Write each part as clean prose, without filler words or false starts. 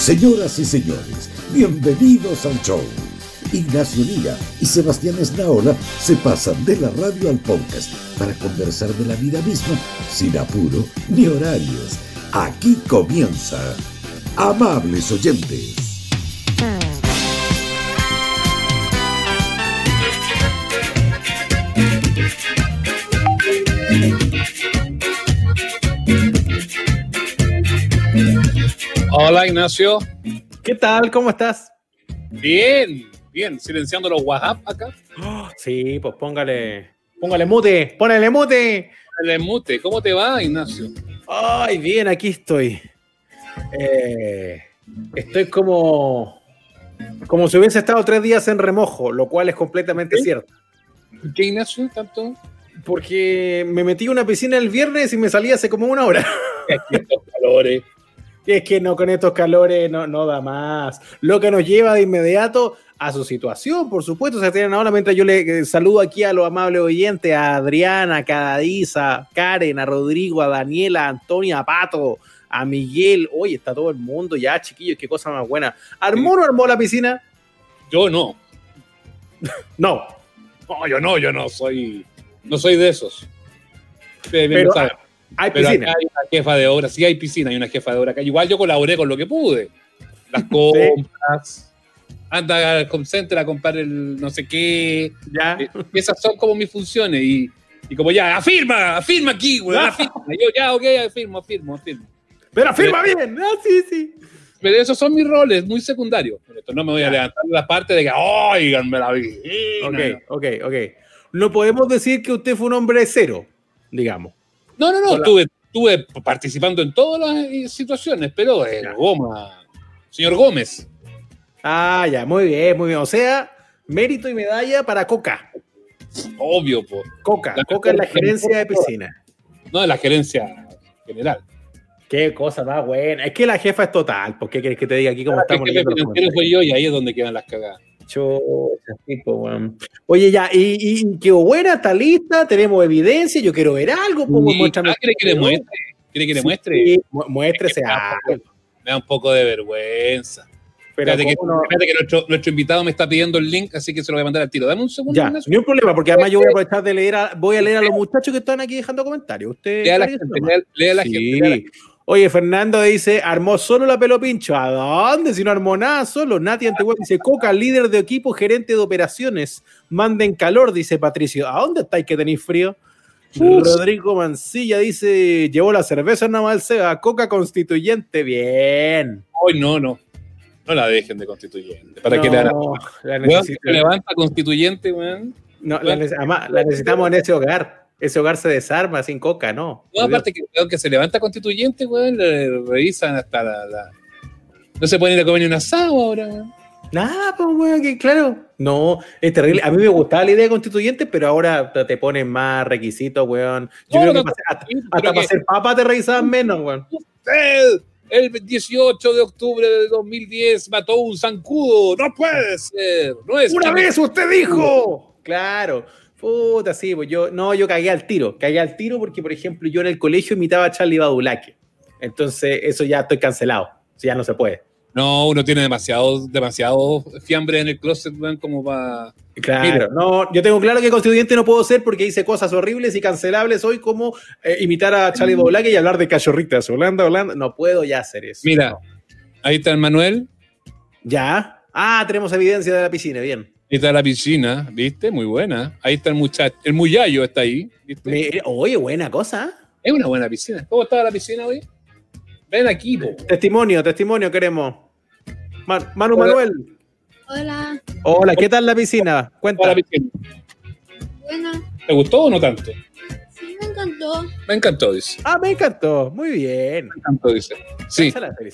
Señoras y señores, bienvenidos al show. Ignacio Liga y Sebastián Esnaola se pasan de la radio al podcast para conversar de la vida misma sin apuro ni horarios. Aquí comienza Amables Oyentes. Hola, Ignacio. ¿Qué tal? ¿Cómo estás? Bien, silenciando los WhatsApp acá. Oh, sí, pues póngale mute, ponele mute. El mute, ¿cómo te va, Ignacio? Ay, bien, aquí estoy. Estoy como si hubiese estado 3 días en remojo, lo cual es completamente cierto. ¿Qué, Ignacio, tanto? Porque me metí en una piscina el viernes y me salí hace como 1 hora. Estos calores. Es que no, con estos calores no da más. Lo que nos lleva de inmediato a su situación, por supuesto. Se tienen ahora, mientras yo le saludo aquí a los amables oyentes, a Adriana, a Cadadiza, a Karen, a Rodrigo, a Daniela, a Antonia, a Pato, a Miguel. Oye, está todo el mundo ya, chiquillos, qué cosa más buena. ¿Armó o no armó la piscina? Yo no. No. No, yo no soy de esos. Pero hay Pero piscina. acá hay una jefa de obra, sí hay piscina, hay una jefa de obra acá. Igual yo colaboré con lo que pude. Las compras, anda al home center a comprar el no sé qué. Ya. Esas son como mis funciones. Y como ya, afirma aquí, güey. Afirma. Yo ya, ok, afirmo. Pero afirma bien. Ah, sí. Pero esos son mis roles, muy secundarios. Pero esto no me voy a levantar de la parte de que, oiganme la vida. Ok. No podemos decir que usted fue un hombre cero, digamos. No, estuve participando en todas las situaciones, pero señor Gómez. Ah, ya, muy bien. O sea, mérito y medalla para Coca. Obvio, pues. Coca es la gerencia de piscina. No, de la gerencia general. Qué cosa más buena. Es que la jefa es total. ¿Por qué querés que te diga aquí cómo estamos? El financiero soy yo y ahí es donde quedan las cagadas. Bueno. Oye, ya, y qué buena, está lista, tenemos evidencia, yo quiero ver algo. ¿Quiere que le muestre? Sí, muéstrese algo. Me da un poco de vergüenza. Fíjate que nuestro invitado me está pidiendo el link, así que se lo voy a mandar al tiro. Dame un segundo. Ya, ni un problema, porque además yo voy a aprovechar de leer a los muchachos que están aquí dejando comentarios. Usted lea a la gente. Oye, Fernando dice, armó solo la pelo pincho. ¿A dónde? Si no armó nada solo. Nati Antehuel dice, Coca, líder de equipo, gerente de operaciones. Manden calor, dice Patricio. ¿A dónde estáis que tenéis frío? Rodrigo Mancilla dice, llevó la cerveza nada más el Seba. Coca constituyente. Bien. Hoy no la dejen de constituyente. ¿Para qué la levanta constituyente, weón? No, la necesitamos en ese hogar. Ese hogar se desarma sin Coca, ¿no? No, aparte que se levanta constituyente, weón, le revisan hasta la... No se pueden ir a comer ni un asado ahora, weón. Nada, pues, weón, que claro. No, es terrible. A mí me gustaba la idea de constituyente, pero ahora te ponen más requisitos, weón. Yo creo que hasta para ser papa te revisaban menos, weón. Usted, el 18 de octubre de 2010, mató un zancudo. No puede ser. No es ¡Una vez usted dijo! Claro. Puta, sí, pues yo cagué al tiro porque, por ejemplo, yo en el colegio imitaba a Charlie Badulaque. Entonces, eso ya estoy cancelado. Eso ya no se puede. No, uno tiene demasiado fiambre en el closet, man, como para... Claro, mira. No, yo tengo claro que constituyente no puedo ser porque hice cosas horribles y cancelables hoy, como imitar a Charlie Badulaque y hablar de cachorritas. Holanda. No puedo ya hacer eso. Mira, no. Ahí está el Manuel. Ya. Ah, tenemos evidencia de la piscina, bien. Ahí está la piscina, ¿viste? Muy buena. Ahí está el muchacho, el muyayo está ahí, ¿viste? Oye, buena cosa. Es una buena piscina. ¿Cómo estaba la piscina hoy? Ven aquí, po. Testimonio queremos. Manu Manuel. Hola, ¿qué tal la piscina? Cuenta. La piscina. Buena. ¿Te gustó o no tanto? Sí, me encantó. Me encantó, dice. Ah, me encantó. Muy bien. Me encantó, dice. Sí.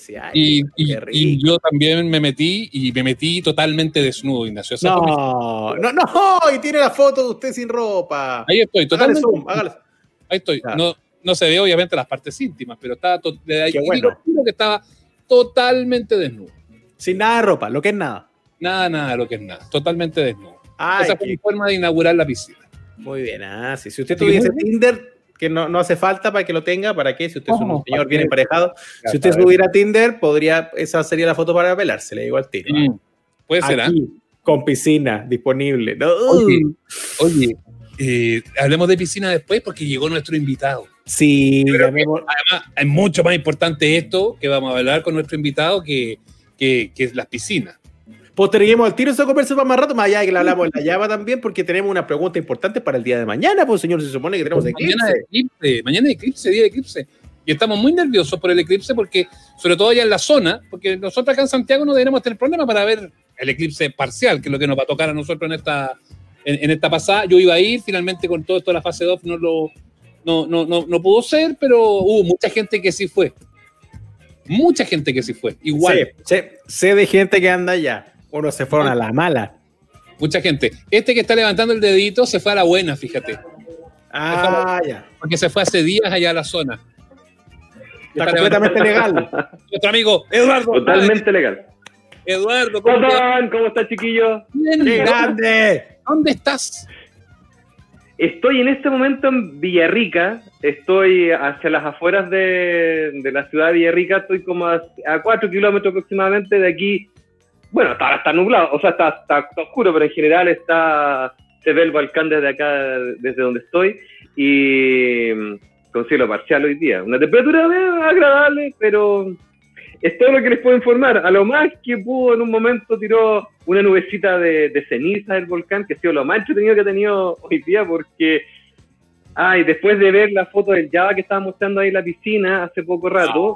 Y yo también me metí totalmente desnudo, Ignacio. No, y tiene la foto de usted sin ropa. Ahí estoy, totalmente. Hágale zoom. Ahí estoy. Claro. No se ve obviamente las partes íntimas, pero estaba que estaba totalmente desnudo. Sin nada de ropa, lo que es nada. Nada, lo que es nada. Totalmente desnudo. Esa fue mi forma de inaugurar la piscina. Muy bien, si usted tuviese Tinder, que no hace falta para que lo tenga, ¿para qué? Si usted es un señor bien emparejado, Ya, si usted subiera a Tinder, esa sería la foto para pelarse, le digo al tiro. Puede ser, Aquí, con piscina disponible. No. Oye, hablemos de piscina después porque llegó nuestro invitado. Sí, Además, es mucho más importante esto que vamos a hablar con nuestro invitado que es las piscinas. Posterguemos al tiro esa conversación para más rato, más allá de que le hablamos en la llama también, porque tenemos una pregunta importante para el día de mañana, pues señor, se supone que tenemos eclipse. Mañana de eclipse, día de eclipse. Y estamos muy nerviosos por el eclipse porque, sobre todo allá en la zona, porque nosotros acá en Santiago no deberíamos tener problema para ver el eclipse parcial, que es lo que nos va a tocar a nosotros en esta pasada. Yo iba a ir, finalmente con todo esto de la fase 2 no pudo ser, pero hubo mucha gente que sí fue. Mucha gente que sí fue. Igual. Sé de gente que anda allá. Unos se fueron a la mala. Mucha gente. Este que está levantando el dedito se fue a la buena, fíjate. Ya. Porque se fue hace días allá a la zona. Está completamente legal. Nuestro amigo Eduardo. Totalmente legal. Eduardo, ¿Cómo estás, chiquillo? Bien, ¡Qué grande! ¿Dónde estás? Estoy en este momento en Villarrica. Estoy hacia las afueras de la ciudad de Villarrica. Estoy como a 4 kilómetros aproximadamente de aquí. Bueno, está nublado, o sea, está oscuro, pero en general se ve el volcán desde acá, desde donde estoy, y con cielo parcial hoy día. Una temperatura agradable, pero es todo lo que les puedo informar. A lo más que pudo, en un momento tiró una nubecita de ceniza del volcán, que ha sido lo más entretenido que he tenido hoy día, porque después de ver la foto del Java que estaba mostrando ahí en la piscina hace poco rato,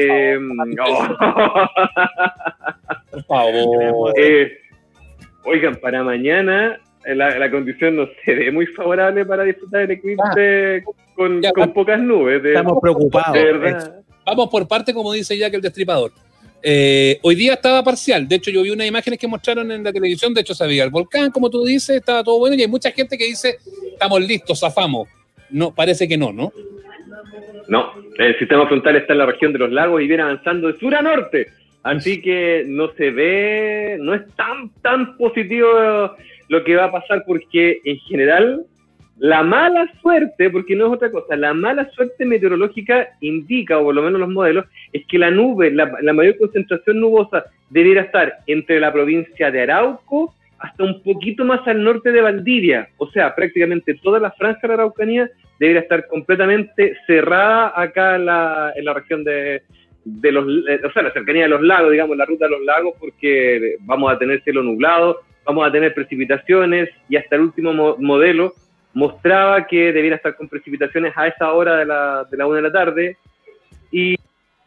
por favor. Oigan, para mañana la condición no se ve muy favorable para disfrutar del eclipse con pocas nubes. Estamos preocupados. De verdad. Vamos por parte, como dice Jack el Destripador. Hoy día estaba parcial. De hecho, yo vi unas imágenes que mostraron en la televisión. De hecho, se veía el volcán, como tú dices, estaba todo bueno. Y hay mucha gente que dice, estamos listos, zafamos. No, parece que no. No, el sistema frontal está en la región de los lagos y viene avanzando de sur a norte. Así que no es tan positivo lo que va a pasar, porque en general la mala suerte, porque no es otra cosa, la mala suerte meteorológica indica, o por lo menos los modelos, es que la nube, la mayor concentración nubosa debiera estar entre la provincia de Arauco hasta un poquito más al norte de Valdivia. O sea, prácticamente toda la franja de la Araucanía debería estar completamente cerrada acá en la región de la cercanía de los lagos, digamos, la ruta de los lagos, porque vamos a tener cielo nublado, vamos a tener precipitaciones, y hasta el último modelo mostraba que debiera estar con precipitaciones a esa hora de la 1 de la tarde. Y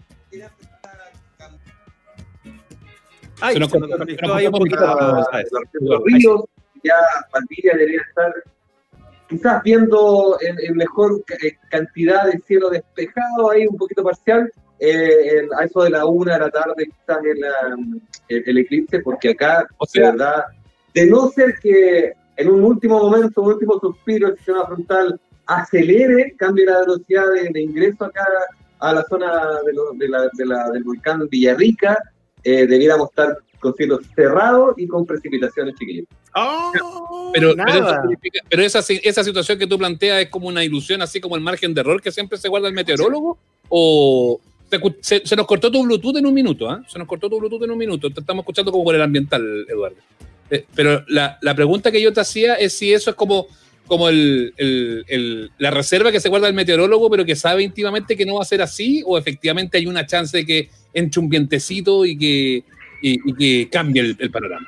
se nos conectó ahí un poquito los ríos. Ya Valdivia debería estar quizás viendo en mejor cantidad de cielo despejado, ahí un poquito parcial, a eso de la 1 de la tarde quizás el eclipse, porque acá, de verdad, de no ser que en un último momento, un último suspiro, el sistema frontal acelere, cambie la velocidad de ingreso acá a la zona del volcán Villarrica, debiéramos estar con cielos cerrados y con precipitaciones, chiquillos. Pero esa situación que tú planteas es como una ilusión, así como el margen de error que siempre se guarda el meteorólogo, o se nos cortó tu Bluetooth en un minuto, ¿eh? Se nos cortó tu Bluetooth en un minuto. Te estamos escuchando como por el ambiental, Eduardo. Pero la pregunta que yo te hacía es si eso es como la reserva que se guarda el meteorólogo, pero que sabe íntimamente que no va a ser así, o efectivamente hay una chance de que entre un vientecito y que cambie el panorama.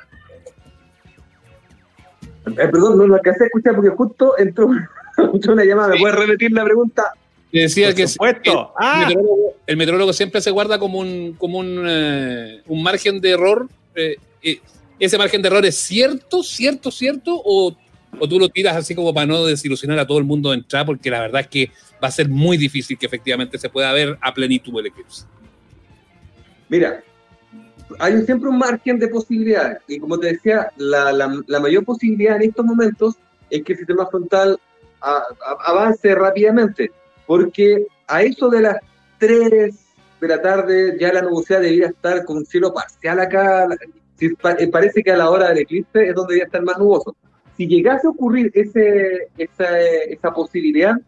Perdón, no lo alcancé a escuchar porque justo entró una llamada. ¿Me puedes repetir la pregunta? Te decía que el meteorólogo siempre se guarda como un margen de error. ¿Ese margen de error es cierto, o tú lo tiras así como para no desilusionar a todo el mundo de entrar? Porque la verdad es que va a ser muy difícil que efectivamente se pueda ver a plenitud el eclipse. Mira, hay siempre un margen de posibilidades, y como te decía, la mayor posibilidad en estos momentos es que el sistema frontal avance rápidamente, porque a eso de las 3 de la tarde ya la nubosidad debería estar con un cielo parcial acá. Parece que a la hora del eclipse es donde debería estar más nuboso. Si llegase a ocurrir esa posibilidad,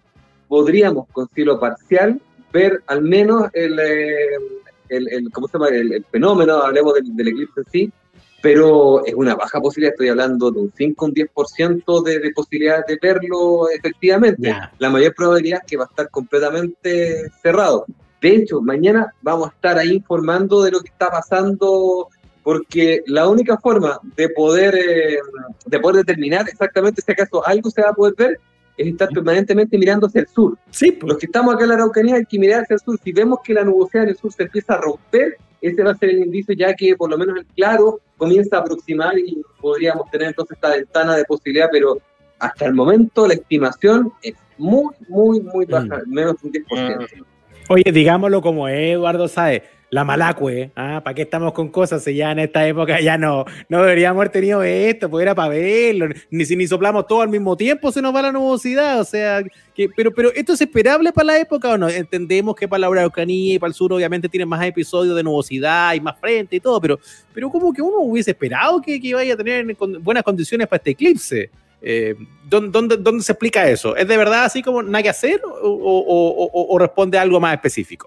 podríamos con cielo parcial ver al menos ¿cómo se llama? El fenómeno, hablemos del eclipse en sí, pero es una baja posibilidad, estoy hablando de un 5 o un 10% de posibilidad de verlo efectivamente. La mayor probabilidad es que va a estar completamente cerrado. De hecho, mañana vamos a estar ahí informando de lo que está pasando, porque la única forma de poder determinar exactamente si acaso algo se va a poder ver es estar permanentemente mirando hacia el sur. Sí, pues. Los que estamos acá en la Araucanía hay que mirar hacia el sur. Si vemos que la nubosidad en el sur se empieza a romper, ese va a ser el indicio ya que por lo menos el claro comienza a aproximar y podríamos tener entonces esta ventana de posibilidad, pero hasta el momento la estimación es muy, muy, muy baja, menos de un 10%. Oye, digámoslo como es, Eduardo Sáez, la malacue, ¿para qué estamos con cosas si ya en esta época ya no deberíamos haber tenido esto, pues era para verlo, ni soplamos todo al mismo tiempo se nos va la nubosidad, o sea, pero ¿esto es esperable para la época o no? Entendemos que para la Araucanía y para el sur obviamente tienen más episodios de nubosidad y más frente y todo, pero como que uno hubiese esperado que vaya a tener buenas condiciones para este eclipse. ¿Dónde se explica eso? ¿Es de verdad así como nada que hacer o responde a algo más específico?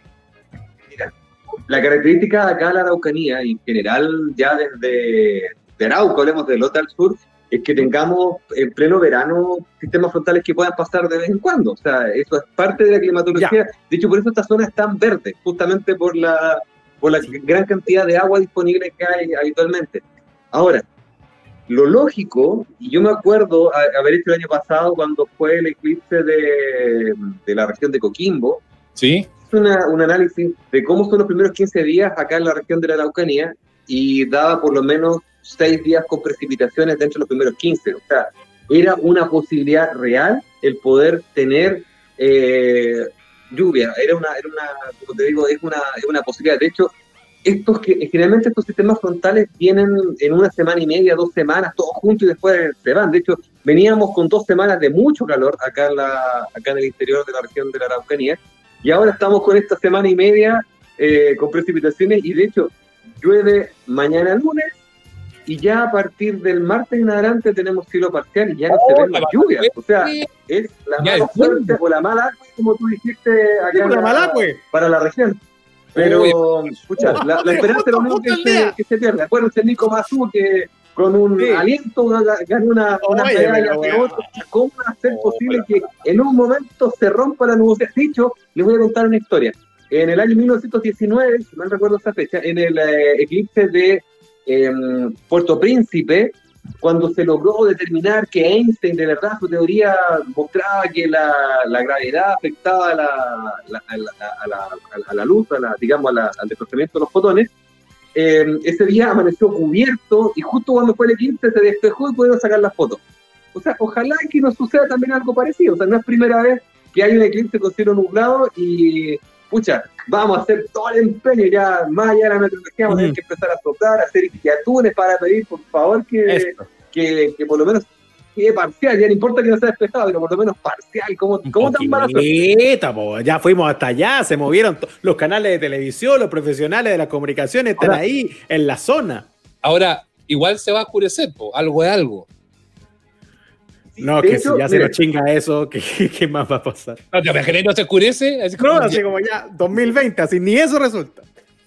La característica de acá la Araucanía, y en general ya desde Arauco, hablemos del norte al sur, es que tengamos en pleno verano sistemas frontales que puedan pasar de vez en cuando. O sea, eso es parte de la climatología. De hecho, por eso esta zona es tan verde, justamente por la gran cantidad de agua disponible que hay habitualmente. Ahora, lo lógico, y yo me acuerdo haber hecho el año pasado cuando fue el eclipse de la región de Coquimbo, ¿sí? Un análisis de cómo son los primeros 15 días acá en la región de la Araucanía y daba por lo menos 6 días con precipitaciones dentro de los primeros 15. O sea, era una posibilidad real el poder tener lluvia. Era una, como te digo, es una posibilidad. De hecho, generalmente estos sistemas frontales vienen en una semana y media, 2 semanas, todos juntos y después se van. De hecho, veníamos con 2 semanas de mucho calor acá en el interior de la región de la Araucanía. Y ahora estamos con esta semana y media con precipitaciones y de hecho llueve mañana lunes y ya a partir del martes en adelante tenemos cielo parcial y ya no se ven más lluvias. O sea, es la mala suerte o la mala, como tú dijiste acá para la región. Pero, escucha, la esperanza es lo único que se pierde. Acuérdense, Nico Mazú, que con un aliento ganó una medalla de oro. ¿Cómo va a ser posible que en un momento se rompa la nubosidad? Dicho, les voy a contar una historia. En el año 1919, si mal recuerdo esa fecha, en el eclipse de Puerto Príncipe, cuando se logró determinar que Einstein, de verdad, su teoría mostraba que la gravedad afectaba a la luz, digamos, al desplazamiento de los fotones, ese día amaneció cubierto y justo cuando fue el eclipse se despejó y pudieron sacar las fotos. O sea, ojalá que nos suceda también algo parecido. O sea, no es primera vez que hay un eclipse con cielo nublado y, pucha, vamos a hacer todo el empeño ya, más allá de la meteorología, vamos a tener que empezar a soplar, a hacer inquiatudes para pedir, por favor, que por lo menos quede parcial. Ya no importa que no sea despejado, pero por lo menos parcial. ¿Cómo tan mala suerte? Ya fuimos hasta allá, se movieron los canales de televisión, los profesionales de las comunicaciones están ahí, en la zona. Ahora, igual se va a oscurecer, algo es algo. No, que hecho, si ya se nos chinga eso, ¿qué más va a pasar? No, que no se oscurece. Así como ya 2020, así ni eso resulta.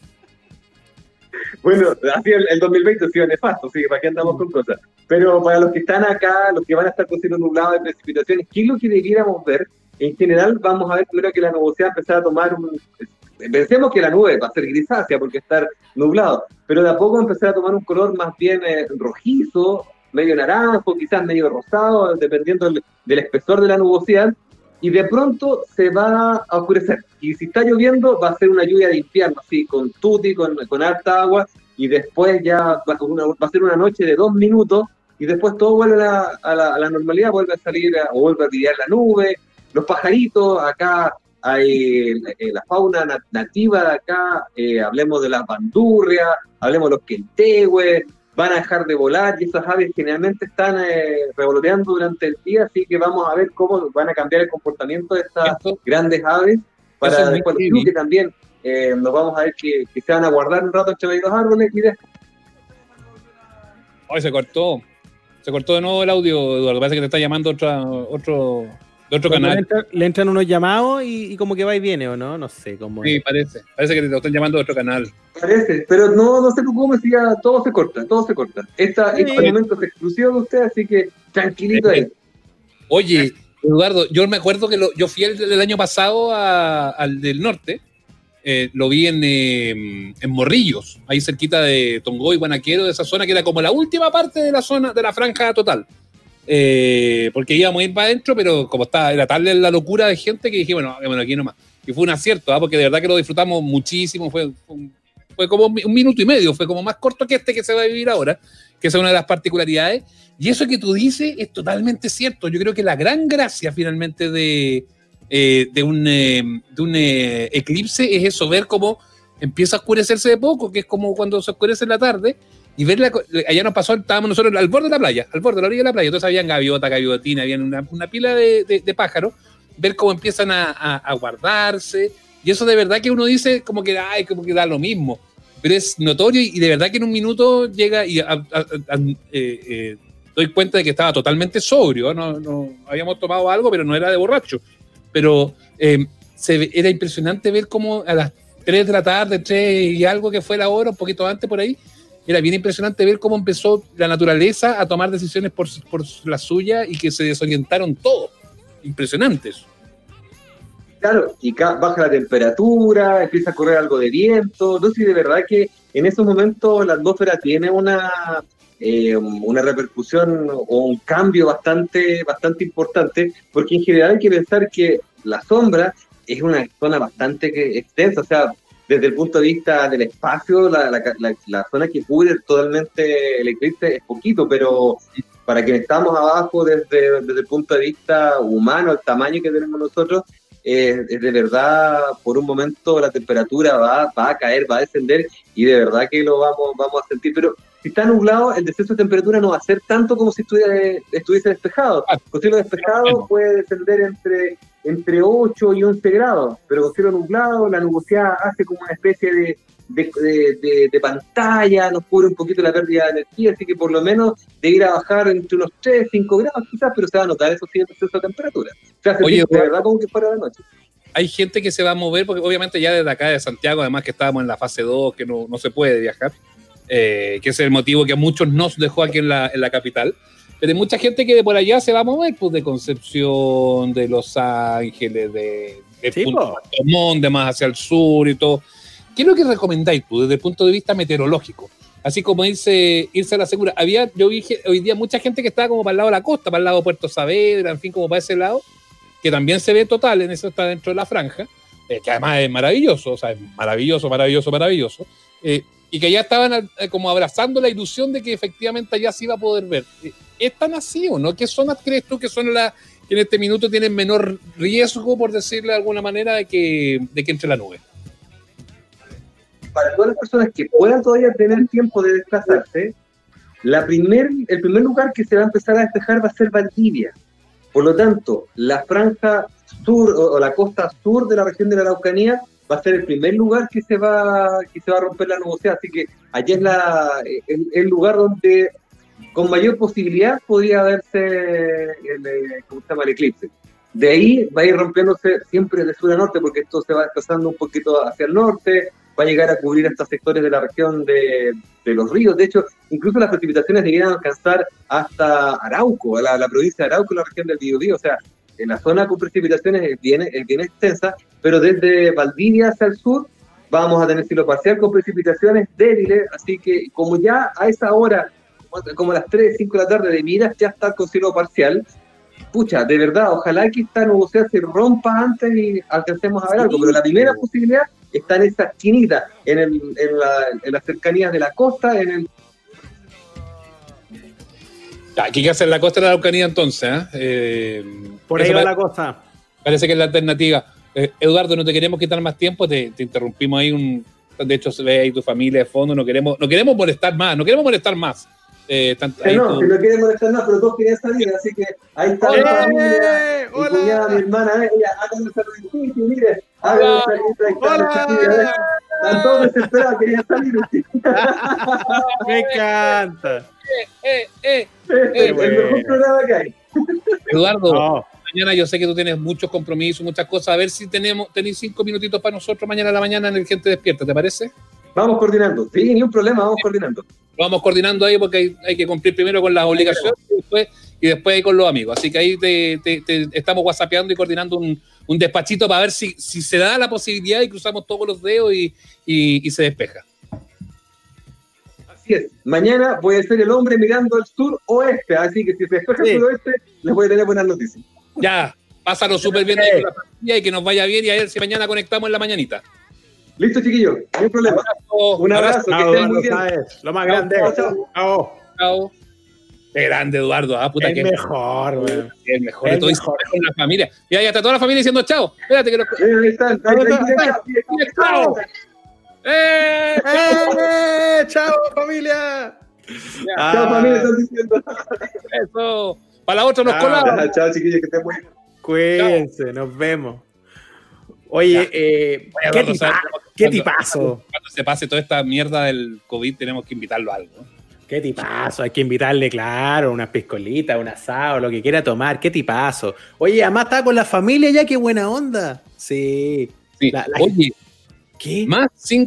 Bueno, así el 2020 ha sido nefasto, sí, ¿para qué andamos con cosas? Pero para los que están acá, los que van a estar con cielo nublado de precipitaciones, ¿qué es lo que debiéramos ver? En general, vamos a ver primero que la nubosidad empezará a tomar pensemos que la nube va a ser grisácea porque estar nublado, pero de a poco empezará a tomar un color más bien rojizo, medio naranjo, quizás medio rosado, dependiendo del espesor de la nubosidad, y de pronto se va a oscurecer. Y si está lloviendo, va a ser una lluvia de infierno, así, con tutti, con harta agua, y después ya va a ser una noche de 2 minutos, y después todo vuelve a la normalidad, vuelve a salir, o vuelve a brillar la nube, los pajaritos, acá hay la fauna nativa de acá, hablemos de las bandurrias, hablemos de los quentehues, van a dejar de volar y esas aves generalmente están revoloteando durante el día, así que vamos a ver cómo van a cambiar el comportamiento de estas grandes aves para después que también nos vamos a ver que se van a guardar un rato entre los árboles y después. Hoy se cortó de nuevo el audio, Eduardo, parece que te está llamando otro de otro canal. Le entran unos llamados y como que va y viene, ¿o no? No sé cómo. Sí, parece que te lo están llamando de otro canal. Parece, pero no se preocupe si ya todo se corta. Este momento es exclusivo de usted, así que tranquilito ahí. Oye, Eduardo, yo me acuerdo que yo fui el año pasado al del norte, lo vi en Morrillos, ahí cerquita de Tongoy, Guanaquero, de esa zona que era como la última parte de la zona, de la franja total. Porque íbamos a ir para adentro, pero como era tal la locura de gente que dije, bueno, aquí nomás. Y fue un acierto, porque de verdad que lo disfrutamos muchísimo, fue como 1 minuto y medio, fue como más corto que este que se va a vivir ahora, que es una de las particularidades. Y eso que tú dices es totalmente cierto. Yo creo que la gran gracia finalmente de un eclipse es eso, ver cómo empieza a oscurecerse de poco, que es como cuando se oscurece en la tarde, y ver allá nos pasó, estábamos nosotros al borde de la playa, al borde de la orilla de la playa, entonces habían gaviota, gaviotina, habían una pila de pájaros, ver cómo empiezan a guardarse, y eso de verdad que uno dice como que da lo mismo, pero es notorio y de verdad que en un minuto llega y doy cuenta de que estaba totalmente sobrio, no habíamos tomado algo, pero no era de borracho, pero era impresionante ver cómo a las 3 de la tarde, 3 y algo que fue la hora, un poquito antes por ahí, era bien impresionante ver cómo empezó la naturaleza a tomar decisiones por la suya y que se desorientaron todos. Impresionante eso. Claro, y baja la temperatura, empieza a correr algo de viento. Entonces, de verdad que en esos momentos la atmósfera tiene una repercusión o un cambio bastante importante, porque en general hay que pensar que la sombra es una zona bastante extensa, o sea, desde el punto de vista del espacio, la zona que cubre totalmente el eclipse es poquito, pero para quienes estamos abajo desde el punto de vista humano, el tamaño que tenemos nosotros, es de verdad, por un momento la temperatura va a caer, va a descender, y de verdad que lo vamos a sentir, pero si está nublado, el descenso de temperatura no va a ser tanto como si estuviese despejado. Con cielo despejado puede descender entre 8 y 11 grados, pero con cielo nublado, la nubosidad hace como una especie de pantalla, nos cubre un poquito la pérdida de energía, así que por lo menos debe ir a bajar entre unos 3, 5 grados quizás, pero se va a notar eso sí, el descenso de temperatura. O sea, de verdad como que fuera de noche. Hay gente que se va a mover, porque obviamente ya desde acá de Santiago, además que estábamos en la fase 2, que no se puede viajar, que es el motivo que a muchos nos dejó aquí en la capital, pero hay mucha gente que de por allá se va a mover, pues de Concepción, de Los Ángeles, de Punta Montt, de más hacia el sur y todo. ¿Qué es lo que recomendáis tú desde el punto de vista meteorológico? Así como irse a la segura. Yo vi hoy día mucha gente que estaba como para el lado de la costa, para el lado de Puerto Saavedra, en fin, como para ese lado, que también se ve total, en eso está dentro de la franja, que además es maravilloso, o sea, es maravilloso, y que ya estaban como abrazando la ilusión de que efectivamente allá se iba a poder ver. ¿Es tan así o no? ¿Qué zonas crees tú que son las que en este minuto tienen menor riesgo, por decirle de alguna manera, de que entre la nube? Para todas las personas que puedan todavía tener tiempo de desplazarse, el primer lugar que se va a empezar a despejar va a ser Valdivia. Por lo tanto, la franja sur o la costa sur de la región de la Araucanía va a ser el primer lugar que se va a romper la nubosidad. Así que allí es el lugar donde con mayor posibilidad podría verse el eclipse. De ahí va a ir rompiéndose siempre de sur a norte, porque esto se va desplazando un poquito hacia el norte, va a llegar a cubrir estos sectores de la región de los ríos. De hecho, incluso las precipitaciones llegan a alcanzar hasta Arauco, la provincia de Arauco, la región del Biobío. O sea, en la zona con precipitaciones es bien extensa, pero desde Valdivia hacia el sur vamos a tener cielo parcial con precipitaciones débiles, así que como ya a esa hora, como a las 3, 5 de la tarde, debiera ya estar con cielo parcial, pucha, de verdad, ojalá que esta nubosidad se rompa antes y alcancemos a ver algo, pero la primera posibilidad está en esa esquinita, en las cercanías de la costa, Aquí hay que hacer la costa de la Araucanía entonces, por ahí va la costa. Parece que es la alternativa. Eduardo, no te queremos quitar más tiempo, te interrumpimos ahí de hecho se ve ahí tu familia de fondo, no queremos molestar más, no queremos molestar más. Si no quieren molestar más, pero todos querían salir, así que ahí está mi familia, mi cuñada, mi hermana, ella, hagan el sacrificio, mire, hagan el sacrificio, están todos desesperados, querían salir. Me encanta. El mejor programa que hay. Eduardo, mañana yo sé que tú tienes muchos compromisos, muchas cosas. A ver si tenéis 5 minutitos para nosotros mañana a la mañana en el Gente Despierta, ¿te parece? Vamos coordinando. Sí, ni un problema, vamos coordinando. Lo vamos coordinando ahí porque hay que cumplir primero con las obligaciones y después ahí con los amigos. Así que ahí te estamos whatsappeando y coordinando un despachito para ver si se da la posibilidad y cruzamos todos los dedos y se despeja. Así es. Mañana voy a ser el hombre mirando el sur-oeste, así que si se despeja el suroeste, les voy a tener buenas noticias. Ya, pásalo súper bien ahí con la familia y que nos vaya bien y a ver si mañana conectamos en la mañanita. Listo, chiquillos, no hay problema. Un abrazo, que estén muy bien. Lo más grande. Chao. Chao. Qué grande, Eduardo. Puta el que mejor, güey. El mejor El de todo y mejor. con la familia. Y ahí está toda la familia diciendo chao. Espérate que lo... Ahí están. ¡Chao! ¡Chao, familia! Chao, familia, están diciendo. Eso. Para la otra nos Chao. colamos. Chao, chiquillos, que estén muy bien. Cuídense, nos vemos. Oye, ¿qué tipazo? Cuando se pase toda esta mierda del COVID tenemos que invitarlo a algo. ¿Qué tipazo? Hay que invitarle, claro, unas piscolitas, un asado, lo que quiera tomar. ¿Qué tipazo? Oye, además está con la familia ya, qué buena onda. Sí. Sí. Oye, ¿qué? más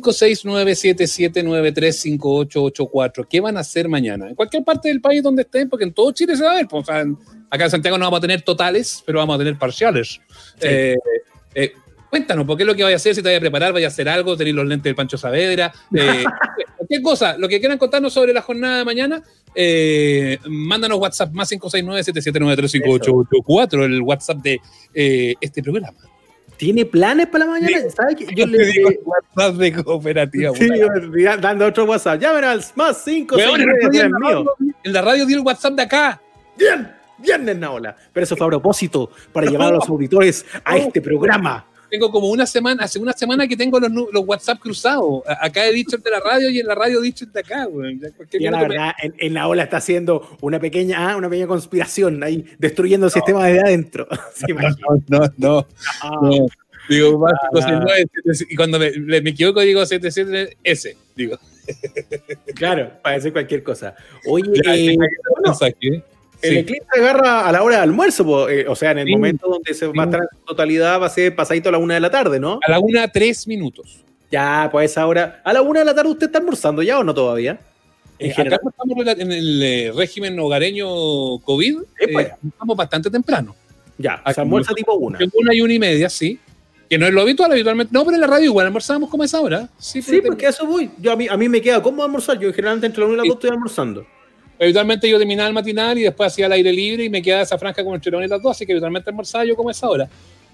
56977935884. ¿Qué van a hacer mañana? En cualquier parte del país donde estén, porque en todo Chile se va a ver. Pues, o sea, acá en Santiago no vamos a tener totales, pero vamos a tener parciales. Sí. Cuéntanos, ¿por qué es lo que vaya a hacer? Si te vaya a preparar, vaya a hacer algo, tener los lentes del Pancho Saavedra, cualquier cosa, lo que quieran contarnos sobre la jornada de mañana, mándanos WhatsApp más 569-7793-5884, el WhatsApp de este programa. ¿Tiene planes para la mañana? ¿Sabes qué? Yo le digo WhatsApp de cooperativa. Sí, dando otro WhatsApp. Llamen al más 5, Weón, en la radio dio el WhatsApp de acá. Bien, viernes Naola. Pero eso fue a propósito, para llevar a los auditores a este programa. Tengo como hace una semana que tengo los WhatsApp cruzados. Acá he dicho el de la radio y en la radio he dicho el de acá, güey. Y la verdad, en la ola está haciendo una pequeña conspiración ahí, destruyendo el sistema desde adentro. No. Digo, más 569, y cuando me equivoco digo 77S, digo. Claro, para decir cualquier cosa. Oye, el eclipse agarra a la hora de almuerzo, o sea, en el momento donde se va a estar en su totalidad va a ser pasadito a la 1 de la tarde, ¿no? A la 1:03 minutos. Ya, pues ahora, a la 1 de la tarde usted está almorzando ya o no todavía. Acá estamos en el régimen hogareño COVID, estamos bastante temprano. Ya, se almuerza tipo 1. 1 y 1:30, sí. Que no es lo habitual, habitualmente. No, pero en la radio igual almorzamos como a esa hora. Sí, porque a eso voy. A mí me queda cómo almorzar. Yo generalmente entre la 1 y la 2 estoy almorzando. Habitualmente yo terminaba el matinal y después hacía el aire libre y me quedaba esa franja como entre la 1 y las 2, así que habitualmente almorzaba yo como a esa hora.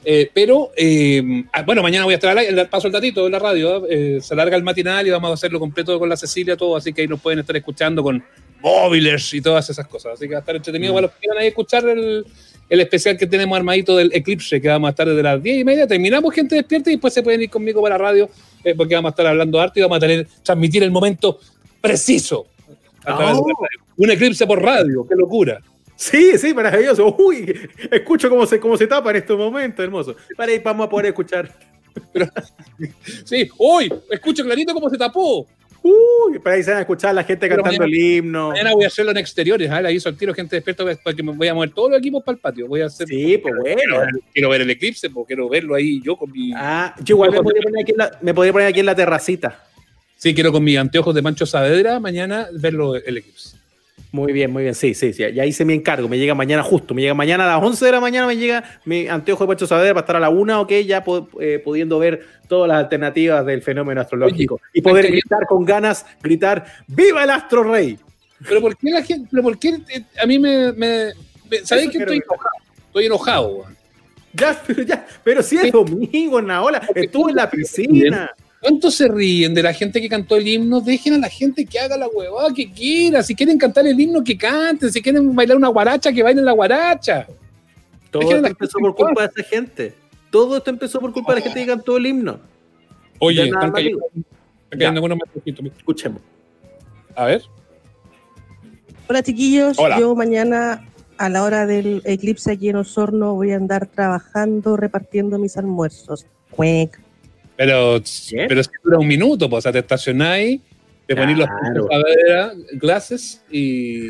Bueno, mañana voy a estar paso el datito en la radio, se alarga el matinal y vamos a hacerlo completo con la Cecilia, todo, así que ahí nos pueden estar escuchando con móviles y todas esas cosas, así que va a estar entretenido para los que quieran ahí escuchar el especial que tenemos armadito del eclipse, que vamos a estar desde las 10:30, terminamos Gente Despierta y después se pueden ir conmigo para la radio, porque vamos a estar hablando harto y vamos a transmitir el momento preciso a través de la radio. Un eclipse por radio, qué locura. Sí, maravilloso. Uy, escucho cómo se tapa en estos momentos, hermoso. Para ahí vamos a poder escuchar. Sí, hoy, escucho clarito cómo se tapó. Uy, para ahí se van a escuchar la gente cantando el himno. Mañana voy a hacerlo en exteriores, la hizo el tiro Gente Despierta porque me voy a mover todos los equipos para el patio. Voy a hacer. Sí, pues bueno. Quiero ver el eclipse, pues quiero verlo ahí yo con mi. Yo igual me podría poner aquí en la terracita. Sí, quiero con mis anteojos de Pancho Saavedra mañana verlo el eclipse. Muy bien, sí. Ya hice mi encargo, me llega mañana a las 11 de la mañana me llega mi anteojo de Pancho Saavedra para estar a la 1, ok, ya pudiendo ver todas las alternativas del fenómeno astrológico. Oye, y poder gritar con ganas, ¡viva el Astro Rey! Pero ¿por qué la gente, a mí ¿sabéis que estoy enojado? Pero si es domingo, Naola, estuve en la piscina. ¿Cuánto se ríen de la gente que cantó el himno? Dejen a la gente que haga la huevada que quiera. Si quieren cantar el himno, que canten. Si quieren bailar una guaracha, que bailen la guaracha. Todo esto empezó por culpa de esa gente. Todo esto empezó por culpa de la gente que cantó el himno. Oye, están cayendo algunos mensajitos. Escuchemos. A ver. Hola, chiquillos. Hola. Yo mañana, a la hora del eclipse aquí en Osorno, voy a andar trabajando, repartiendo mis almuerzos. Cuec. Pero si dura un minuto, pues, o sea, te estacionáis, te ponís los glasses y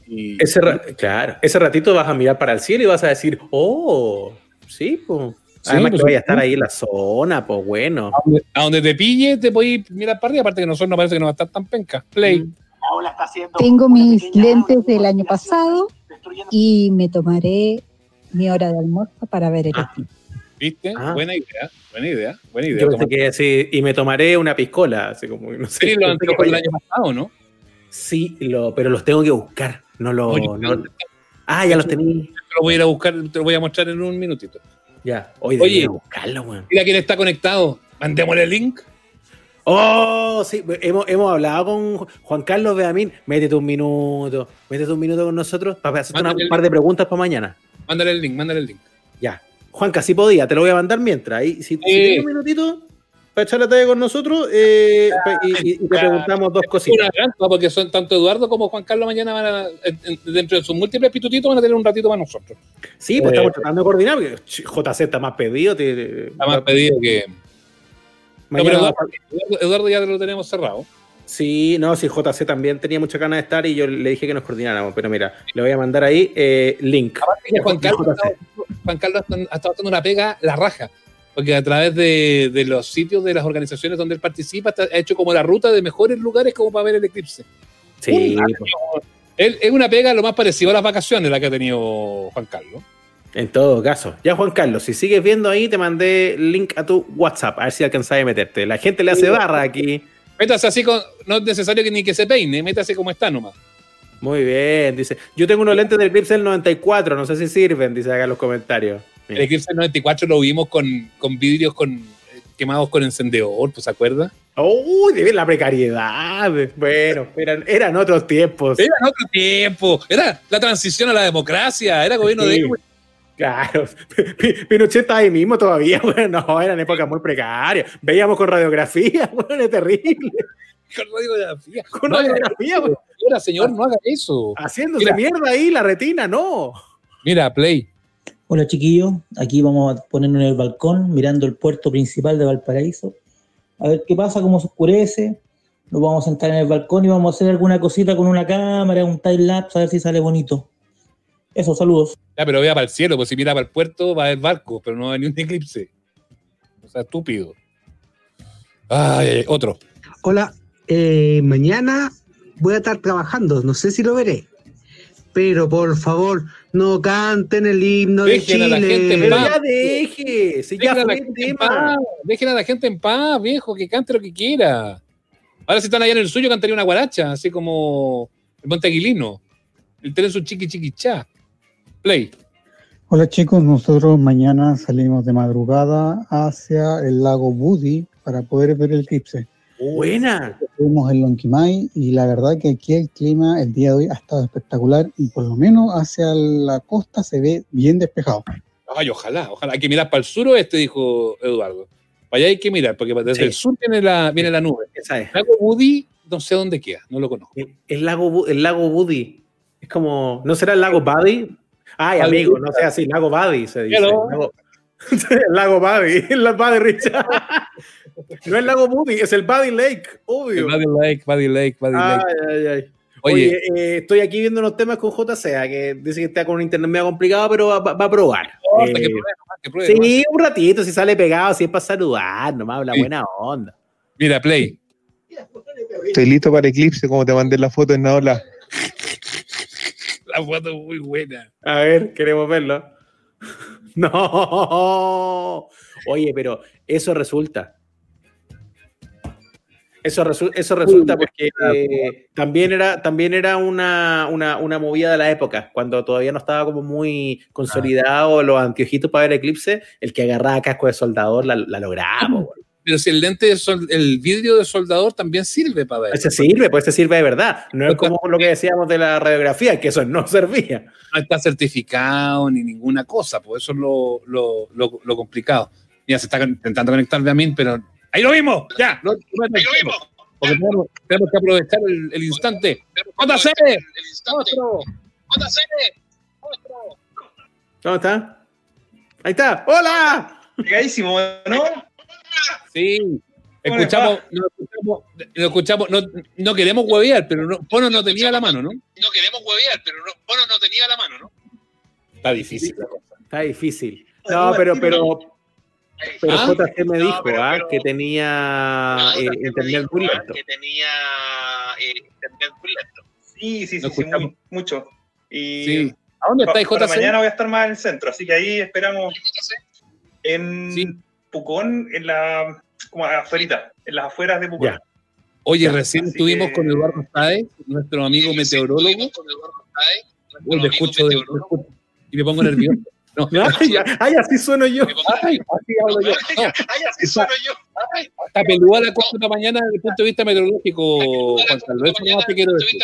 Y Claro, ese ratito vas a mirar para el cielo y vas a decir, oh, sí, pues. Sí, Además pues, que vaya a estar ahí en la zona, pues bueno. a donde te pille, te podéis mirar para arriba, aparte que nosotros no parece que no va a estar tan penca. Play. Tengo mis lentes del año pasado y me tomaré mi hora de almuerzo para ver el eclipse. ¿Viste? Ah. Buena idea. Yo pensé que sí, y me tomaré una piscola, así como, no sé. Sí, los anteojos del año pasado, ¿no? Sí, pero los tengo que buscar. No lo. Oye, Ya los tenía. Te lo voy a ir a buscar, te lo voy a mostrar en un minutito. Ya. Oye, Oye, buscarlo, weón. Mira quién está conectado. Mandémosle el link. Oh, sí, hemos hablado con Juan Carlos Beamín. Métete un minuto con nosotros para hacerte un par de preguntas para mañana. Mándale el link. Ya. Juanca, si podía, te lo voy a mandar mientras. Y si tienes un minutito para echar la talla con nosotros y te preguntamos dos cositas. Una trampa, porque son tanto Eduardo como Juan Carlos mañana dentro de sus múltiples pitutitos van a tener un ratito para nosotros. Sí, pues estamos tratando de coordinar, porque JC está más pedido. Está más pedido que... No, pero Eduardo ya lo tenemos cerrado. Sí, no, sí, JC también tenía mucha ganas de estar y yo le dije que nos coordináramos, pero mira, le voy a mandar ahí link. Aparte que Juan Carlos ha estado haciendo una pega la raja, porque a través de los sitios de las organizaciones donde él participa ha hecho como la ruta de mejores lugares como para ver el eclipse. Sí. Él es una pega lo más parecido a las vacaciones la que ha tenido Juan Carlos. En todo caso. Ya, Juan Carlos, si sigues viendo ahí, te mandé link a tu WhatsApp, a ver si alcanzás a meterte. La gente le hace barra aquí. Métase así, no es necesario que ni que se peine, métase como está nomás. Muy bien, dice. Yo tengo unos lentes del Eclipse del 94, no sé si sirven, dice acá en los comentarios. Mira. El Eclipse del 94 lo vimos con vidrios quemados con encendedor, ¿pues se acuerda? Uy, la precariedad. Bueno, eran otros tiempos. Era la transición a la democracia, era gobierno de... Claro, Pinochet está ahí mismo todavía, bueno, no, eran épocas muy precarias. Veíamos con radiografía, bueno, es terrible. Con radiografía, bueno. Señor, no haga eso. Haciéndose mierda ahí la retina, no. Mira, Play. Hola chiquillos, aquí vamos a ponernos en el balcón, mirando el puerto principal de Valparaíso. A ver qué pasa, cómo se oscurece. Nos vamos a sentar en el balcón y vamos a hacer alguna cosita con una cámara, un time lapse, a ver si sale bonito. Eso, saludos. Ya, pero vea para el cielo, pues si mira para el puerto va a haber barcos, pero no va a haber ni un eclipse. O sea, estúpido. Ay, otro. Hola, mañana voy a estar trabajando, no sé si lo veré, pero por favor, no canten el himno de Chile. A la gente en pero paz. ya deje, si ya fue el tema. Dejen a la gente en paz, viejo, que cante lo que quiera. Ahora si están allá en el suyo, cantaría una guaracha, así como el Monte Aguilino. El tren su chiqui chiqui cha. Play. Hola chicos, nosotros mañana salimos de madrugada hacia el lago Budi para poder ver el eclipse. Buena. Estuvimos en Lonquimay y la verdad que aquí el clima el día de hoy ha estado espectacular y por lo menos hacia la costa se ve bien despejado. Ay, ojalá. Hay que mirar para el sur oeste, dijo Eduardo. Para allá hay que mirar, porque desde el sur viene la nube. Esa es. El lago Budi, no sé dónde queda, no lo conozco. El lago Budi. Es como, ¿no será el lago Buddy? Ay, amigo, no sea así, lago Buddy se dice. El lago Buddy, el Buddy Richard. No es el lago Buddy, es el Buddy Lake, obvio. El Buddy Lake. Ay. Oye, estoy aquí viendo unos temas con JCA, que dice que está con un internet medio complicado, pero va a probar. Que pruebe, sí, un ratito, si sale pegado, si es para saludar, nomás habla buena onda. Mira, Play. Estoy listo para Eclipse, como te mandé la foto en la ola. La foto es muy buena. A ver, queremos verlo. No. Oye, pero eso resulta. Eso resulta porque también era una movida de la época, cuando todavía no estaba como muy consolidado los anteojitos para ver eclipse, el que agarraba casco de soldador la logramos. Pero si el lente el vidrio de soldador también sirve para ver. Ese sirve de verdad. No es como lo que decíamos de la radiografía, que eso no servía. No está certificado ni ninguna cosa, pues eso es lo complicado. Mira, se está intentando conectar Beamín, pero ahí lo vimos, ya. Ahí lo vimos. Porque tenemos que aprovechar el instante. ¡JC! ¡Monstruo! ¿Cómo está? Ahí está. ¡Hola! Pegadísimo, ¿no? Sí. Escuchamos, lo escuchamos, no queremos huevear, pero Pono no tenía la mano, ¿no? No queremos huevear, pero Pono no tenía la mano, ¿no? Está difícil la cosa. Está difícil. No, pero JC me dijo que tenía internet muy lento. Sí, mucho. Y sí. ¿A dónde está JC? Mañana voy a estar más en el centro, así que ahí esperamos en Pucón, como afuera, en las afueras de Pucón. Ya. Oye, recién estuvimos con Eduardo Sáez, nuestro amigo meteorólogo. Le escucho y me pongo nervioso. No. Ay, así sueno yo. Ay, así hablo yo. Está peluda la cosa esta mañana desde el punto de vista meteorológico, Juan Carlos. Eso no te quiero decir.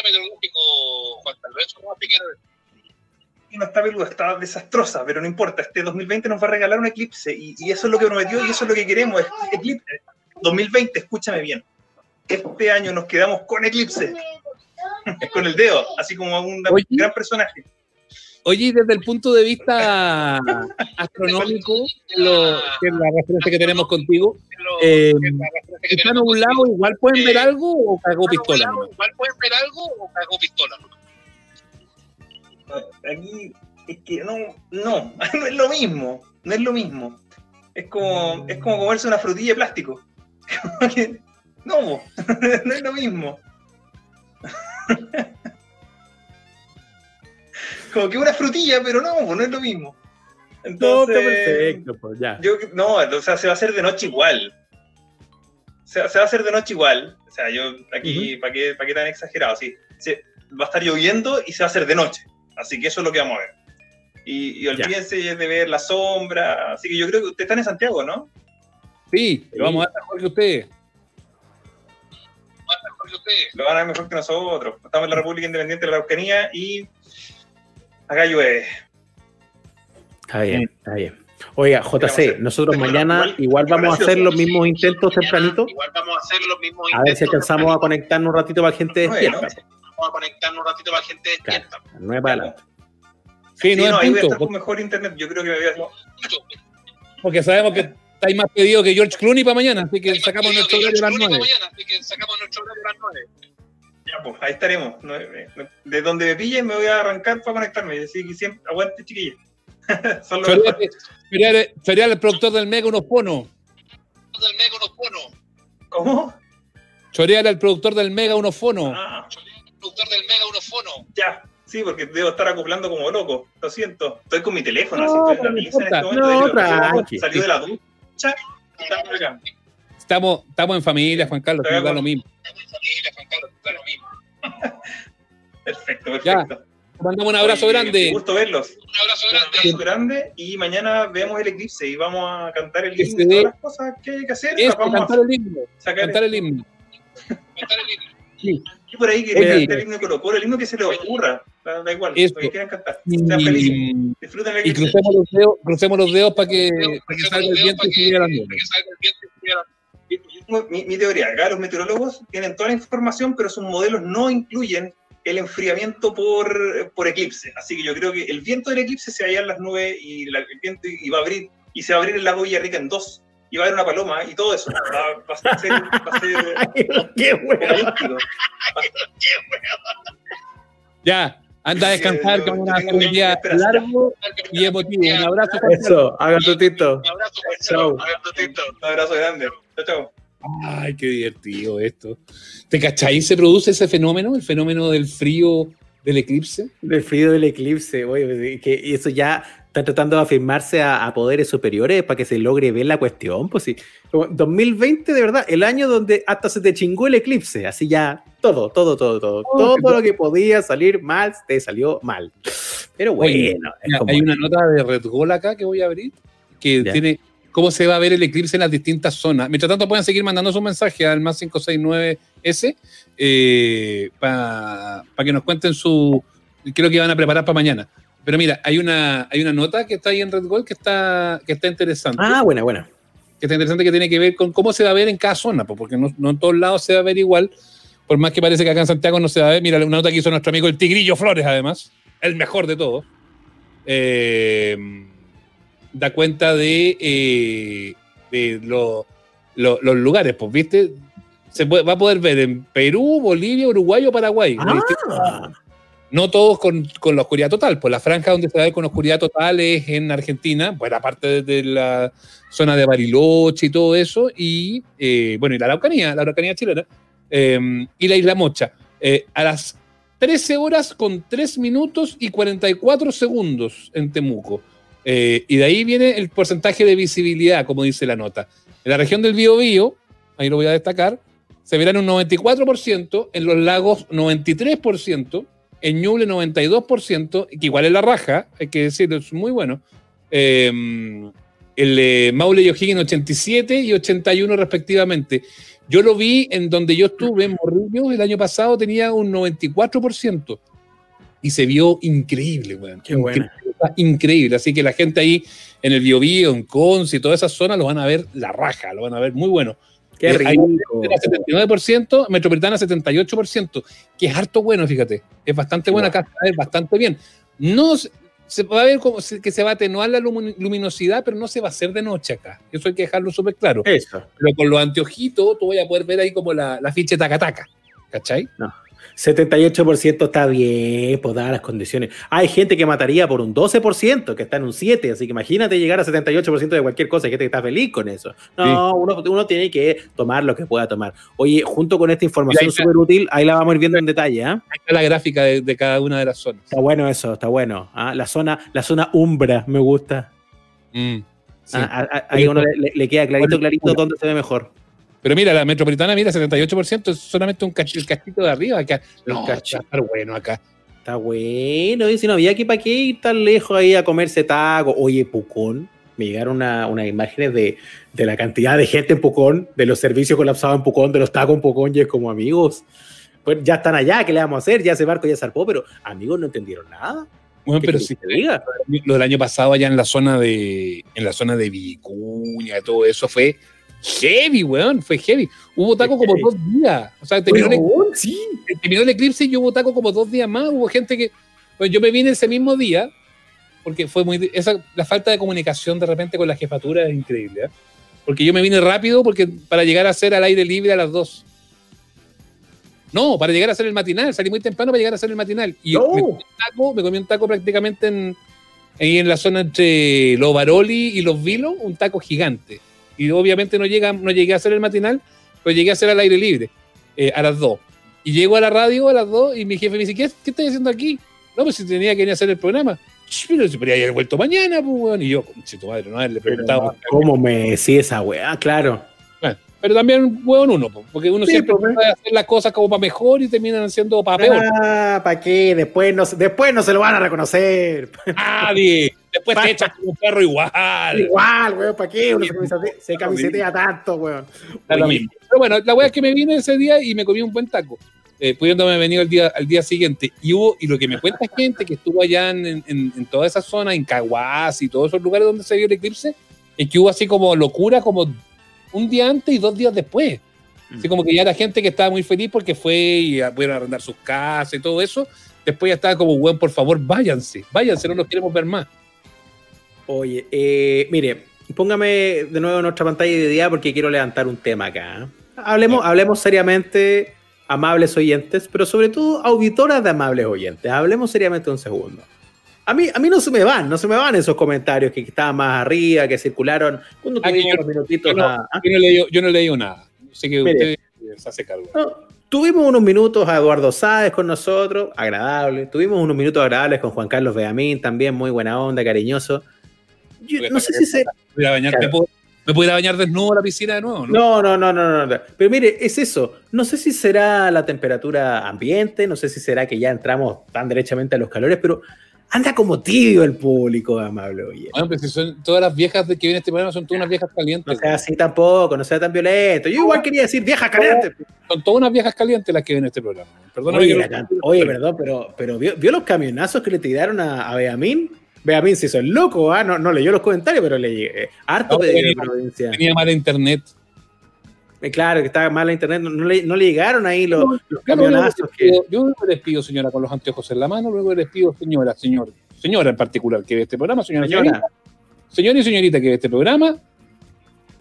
No está peluda, está desastrosa, pero no importa. Este 2020 nos va a regalar un eclipse y eso es lo que prometió y eso es lo que queremos. Es eclipse. 2020, escúchame bien. Este año nos quedamos con eclipse. Con el dedo, así como un gran personaje. Oye, y desde el punto de vista astronómico, que es la referencia que tenemos contigo, si están a un lado, igual pueden ver algo o cagó pistola. Aquí es que no es lo mismo, no es lo mismo. Es como comerse una frutilla de plástico. No es lo mismo. Como que una frutilla, pero no es lo mismo. Entonces, está perfecto, pues ya. O sea, se va a hacer de noche igual. Se va a hacer de noche igual. O sea, yo aquí, ¿para qué tan exagerado? Sí, va a estar lloviendo y se va a hacer de noche. Así que eso es lo que vamos a ver. Y olvídense de ver la sombra. Así que yo creo que ustedes están en Santiago, ¿no? Sí, lo vamos a ver mejor que ustedes. Lo van a ver mejor que nosotros. Estamos en la República Independiente de la Araucanía y acá llueve. Está bien. Oiga, JC, nosotros mañana igual vamos a hacer los mismos intentos tempranito. A ver si alcanzamos a conectarnos un ratito para la gente despierta. Claro, 9 para adelante. Sí, no ahí voy a estar con mejor internet. Yo creo que me voy a... Porque sabemos que estáis más pedido que George Clooney para mañana, así que sacamos nuestro horario a las 9. Ya, pues, ahí estaremos. De donde me pillen me voy a arrancar para conectarme. Así que siempre, aguante, chiquilla. Ferial el productor del Mega unos ponos. ¿Cómo? Choreale al productor del Mega unos fonos. Ya, sí, porque debo estar acoplando como loco. Lo siento. Estoy con mi teléfono, No, así estoy en la pizza en este momento. tranqui. Salió de la ducha y estamos acá. Estamos en familia, Juan Carlos, nos da lo mismo. Perfecto. Ya, mandamos un abrazo grande. Un gusto verlos. Un abrazo grande y mañana veamos el eclipse y vamos a cantar el himno y todas las cosas que hay que hacer. Cantar el himno. Cantar el himno. Sí. Y por ahí que cantar el himno de Colo-Colo, el himno que se les ocurra. Da igual, lo que quieran cantar. Sean felices. Disfruten el eclipse. Y crucemos los dedos para que salga el viento y se llegue a las nubes. Mi teoría, acá los meteorólogos tienen toda la información, pero sus modelos no incluyen el enfriamiento por eclipse. Así que yo creo que el viento del eclipse se va a hallar en las nubes y el viento y va a abrir, y se va a abrir el lago Villarrica en dos, y va a haber una paloma y todo eso. Va a ser ¡qué huevo! Ya, anda a descansar, que vamos a hacer un día largo y emotivo. Un abrazo. Eso, hagan tutito. Chau. Un abrazo grande. Chau. Ay, qué divertido esto. ¿Te cachai? ¿Se produce ese fenómeno? El fenómeno del frío del eclipse. Del frío del eclipse, oye, que eso ya está tratando de afirmarse a poderes superiores para que se logre ver la cuestión. Pues sí, 2020 de verdad, el año donde hasta se te chingó el eclipse, así ya todo lo que podía salir mal, te salió mal. Pero bueno, oye, hay una nota de Red Bull acá que voy a abrir, que tiene cómo se va a ver el eclipse en las distintas zonas. Mientras tanto, pueden seguir mandando sus mensajes al más 569S para que nos cuenten qué es lo que van a preparar para mañana. Pero mira, hay una nota que está ahí en Red Bull que está interesante. Ah, buena. Que está interesante, que tiene que ver con cómo se va a ver en cada zona, porque no en todos lados se va a ver igual, por más que parece que acá en Santiago no se va a ver. Mira, una nota que hizo nuestro amigo el Tigrillo Flores, además, el mejor de todos. Da cuenta de los lugares, pues, ¿viste? Va a poder ver en Perú, Bolivia, Uruguay o Paraguay. No todos con la oscuridad total, pues la franja donde se va a ver con oscuridad total es en Argentina, buena parte de la zona de Bariloche y todo eso, y y la Araucanía chilena, y la Isla Mocha, a las 13 horas con 3 minutos y 44 segundos en Temuco. Y de ahí viene el porcentaje de visibilidad, como dice la nota. En la región del Biobío, ahí lo voy a destacar, se verán un 94%, en los lagos 93%, en Ñuble 92%, que igual es la raja, hay que decirlo, es muy bueno. El Maule y O'Higgins 87 y 81 respectivamente. Yo lo vi en donde yo estuve, en Morrillos, el año pasado tenía un 94%. Y se vio increíble, weón. Qué bueno. Increíble. Así que la gente ahí en el Biobío, en Conce y toda esa zona lo van a ver la raja, lo van a ver muy bueno. Qué rico. 79%, Metropolitana 78%, que es harto bueno, fíjate. Es bastante bueno acá, se va a ver bastante bien. No se va a ver como que se va a atenuar la luminosidad, pero no se va a hacer de noche acá. Eso hay que dejarlo súper claro. Eso. Pero con los anteojitos tú vas a poder ver ahí como la ficha taca-taca. ¿Cachai? No. 78% está bien, por dadas las condiciones. Hay gente que mataría por un 12%, que está en un 7%, así que imagínate llegar a 78% de cualquier cosa, hay gente que está feliz con eso. No, sí. uno tiene que tomar lo que pueda tomar. Oye, junto con esta información súper útil, ahí la vamos a ir viendo en detalle. Ahí está la gráfica de cada una de las zonas. Está bueno eso, está bueno. La zona umbra me gusta. Sí. Ahí uno le queda clarito dónde se ve mejor. Pero mira, la Metropolitana, 78%, es solamente el cachito de arriba. Acá. No, va a estar bueno acá. Está bueno, y si no había que para qué ir tan lejos ahí a comerse taco. Oye, Pucón, me llegaron unas imágenes de la cantidad de gente en Pucón, de los servicios colapsados en Pucón, de los tacos en Pucón, y es como, amigos, pues ya están allá, ¿qué le vamos a hacer? Ya ese barco ya zarpó, pero amigos no entendieron nada. Bueno, pero sí, lo del año pasado allá en la zona de Vicuña, todo eso fue heavy, weón, fue heavy. Hubo taco como 2 días. O sea, terminó el eclipse y hubo taco como 2 días más. Hubo gente que... Pues yo me vine ese mismo día, porque fue la falta de comunicación de repente con la jefatura es increíble, ¿eh? Porque yo me vine rápido para llegar a hacer al aire libre a las 2. No, para llegar a hacer el matinal. Salí muy temprano para llegar a hacer el matinal. Y me comí un taco prácticamente ahí en la zona entre los Baroli y los Vilos, un taco gigante. Y obviamente no llegué a hacer el matinal, pero llegué a hacer al aire libre a las 2. Y llego a la radio a las 2 y mi jefe me dice, ¿qué estás haciendo aquí? No, pues si tenía que venir a hacer el programa. Pero si podría haber vuelto mañana, pues, weón. Y yo, tu madre, no haberle preguntado. ¿Cómo me decía esa weá? Claro. Bueno, pero también, weón, uno, porque uno siempre puede hacer las cosas como para mejor y terminan siendo para peor. ¿Para qué? Después no se lo van a reconocer. Nadie. Después te echan como un perro igual. Igual, weón, ¿para qué? Uno se camisetea tanto, weón. Es lo mismo. Pero bueno, la weá es que me vine ese día y me comí un buen taco. Pudiéndome venir al día siguiente. Y lo que me cuenta gente que estuvo allá en toda esa zona, en Caguas y todos esos lugares donde se vio el eclipse, es que hubo así como locura, como un día antes y 2 días después. Así como que ya la gente que estaba muy feliz porque fue y pudieron arrendar sus casas y todo eso, después ya estaba como, weón, por favor, váyanse, no los queremos ver más. Oye, mire, póngame de nuevo en nuestra pantalla de día porque quiero levantar un tema acá. Hablemos seriamente, amables oyentes, pero sobre todo auditoras de amables oyentes. Hablemos seriamente un segundo. A mí no se me van esos comentarios que estaban más arriba, que circularon cuando tuvimos unos minutitos. Yo no he leído nada. Así que usted se hace cargo. Tuvimos unos minutos a Eduardo Sáez con nosotros, agradable. Tuvimos unos minutos agradables con Juan Carlos Beamín, también muy buena onda, cariñoso. Yo no sé si se... ¿Me puedo ir a bañar desnudo a la piscina de nuevo? No. Pero mire, es eso. No sé si será la temperatura ambiente, no sé si será que ya entramos tan derechamente a los calores, pero anda como tibio el público, amable oye. Bueno, pues si son todas las viejas que vienen este programa, son todas unas viejas calientes. No sea así tampoco, no sea tan violento. Yo igual quería decir viejas calientes. Son todas unas viejas calientes las que vienen este programa. Perdón, pero ¿vio los camionazos que le tiraron a Beamín? Beamín se hizo el loco, no leyó los comentarios, pero le llegué. Harto de provincia. Tenía mala internet. Claro, que estaba mala internet, no le llegaron ahí los camionazos. Yo me despido, señora, con los anteojos en la mano, luego le despido, señora en particular que ve este programa, señora y señorita que ve este programa.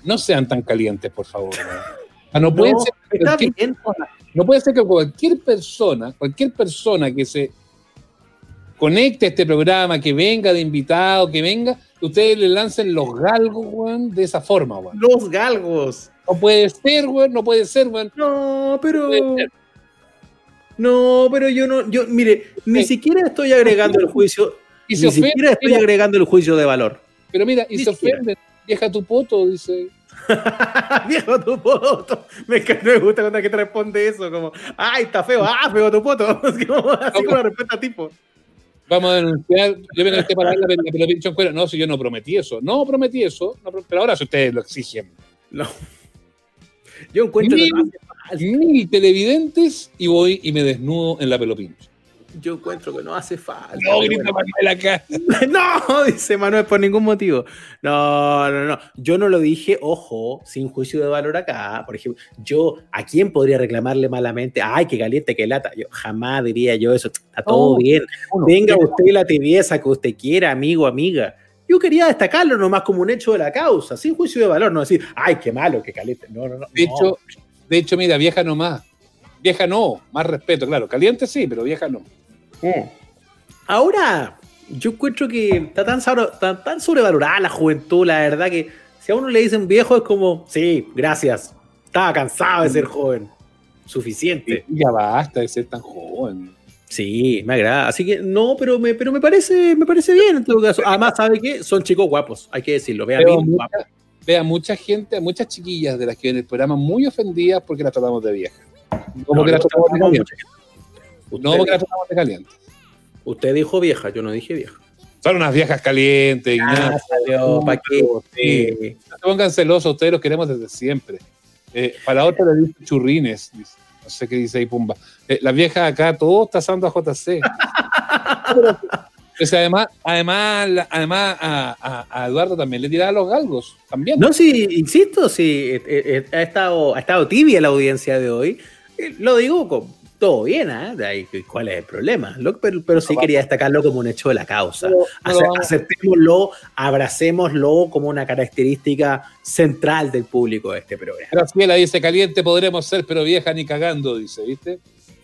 no sean tan calientes, por favor. O sea, no puede No, ser está cualquier bien. persona, no puede ser que cualquier persona que se conecte a este programa, que venga de invitado, que venga, que ustedes le lancen los galgos, weón, de esa forma, weón. Los galgos. No puede ser, weón, no puede ser, weón. No, pero... Puede ser. No, pero yo, mire, ni siquiera estoy agregando el juicio, Y ni se ofende, siquiera estoy mira. agregando el juicio de valor. Pero mira, y Ni se siquiera. ofende, vieja tu poto, dice. Viejo tu poto. Me gusta cuando alguien te responde eso, como, ay, está feo, feo tu poto. Así como una respuesta tipo. Vamos a denunciar, yo me conecté para ver la pelopincho en cuero. No, si yo no prometí eso, pero ahora si ustedes lo exigen. No. Yo encuentro que no hace falta. 1000 televidentes y voy y me desnudo en la pelopincho. Yo encuentro que no hace falta. No, grita Manuel acá. No, dice Manuel, por ningún motivo. No. Yo no lo dije, ojo, sin juicio de valor acá. Por ejemplo, yo, ¿a quién podría reclamarle malamente? Ay, qué caliente, qué lata. Yo jamás diría yo eso. Está todo bien. Venga usted la tibieza que usted quiera, amigo, amiga. Yo quería destacarlo nomás como un hecho de la causa, sin juicio de valor, no decir, ay, qué malo, qué caliente. No. De hecho, mira, vieja nomás. Vieja no, más respeto, claro. Caliente sí, pero vieja no. Ahora, yo encuentro que está tan sobrevalorada la juventud, la verdad que si a uno le dicen viejo es como, sí, gracias, estaba cansado de ser joven, suficiente. Ya basta de ser tan joven. Sí, me agrada, así que no, pero me parece bien en todo caso. Además, ¿sabe qué? Son chicos guapos, hay que decirlo, Vea mucha gente, muchas chiquillas de las que ven el programa muy ofendidas porque las tratamos de vieja. Porque las tratamos de caliente. No, porque las tratamos de caliente. Usted dijo vieja, yo no dije vieja. Son unas viejas calientes. ¿Para qué? Sí. No se pongan celosos, ustedes los queremos desde siempre. Para otra le dice churrines. Dice. No sé qué dice ahí Pumba. Las viejas acá, todos tasando a JC. Pues además a Eduardo también le tiraba los galgos. También. No, sí, insisto, sí, ha estado tibia la audiencia de hoy. Lo digo con todo bien, ¿eh? ¿Cuál es el problema? Pero sí quería destacarlo como un hecho de la causa. Aceptémoslo, abracémoslo como una característica central del público de este programa. Graciela dice, caliente podremos ser, pero vieja ni cagando, dice, ¿viste?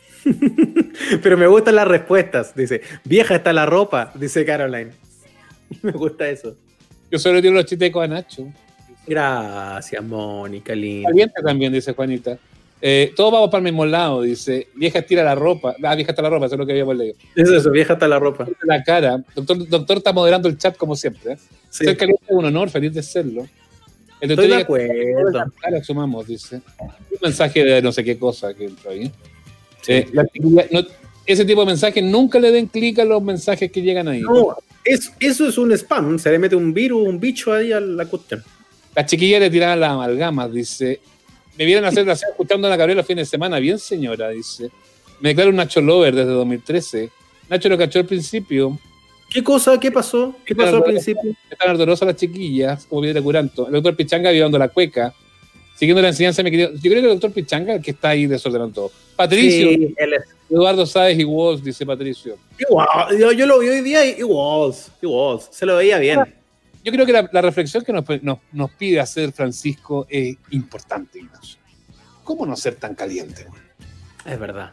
Pero me gustan las respuestas, dice, vieja está la ropa, dice Caroline. Me gusta eso. Yo solo tiro los chitecos a Nacho. Gracias, Mónica, linda. Caliente también, dice Juanita. Todos vamos para el mismo lado, dice. Vieja estira la ropa. Vieja está la ropa, eso es lo que habíamos leído. Eso, vieja está la ropa. La cara. Doctor está moderando el chat como siempre. Sí. Ser caliente es un honor, feliz de serlo. El Estoy de acuerdo. Cara, sumamos, dice. Un mensaje de no sé qué cosa que entró ahí. Sí. Ese tipo de mensajes, nunca le den clic a los mensajes que llegan ahí. No, eso es un spam. Se le mete un virus, un bicho ahí a la cuestión. Las chiquillas le tiraban las amalgamas, dice. Me vieron hacer la cena escuchando a la Gabriela los fines de semana. Bien, señora, dice. Me declaro un Nacho Lover desde 2013. Nacho lo cachó al principio. ¿Qué cosa? ¿Qué pasó? ¿Qué pasó al principio? Están ardorosas las chiquillas, como Piedra Curanto. El doctor Pichanga viviendo la cueca. Siguiendo la enseñanza, yo creo que el doctor Pichanga es el que está ahí desordenando todo. Patricio. Sí, él es. Eduardo Sáez y Woz, dice Patricio. Igual, yo lo vi hoy día y Woz. Se lo veía bien. Yo creo que la reflexión que nos pide hacer Francisco es importante, Ignacio. ¿Cómo no ser tan caliente? Es verdad.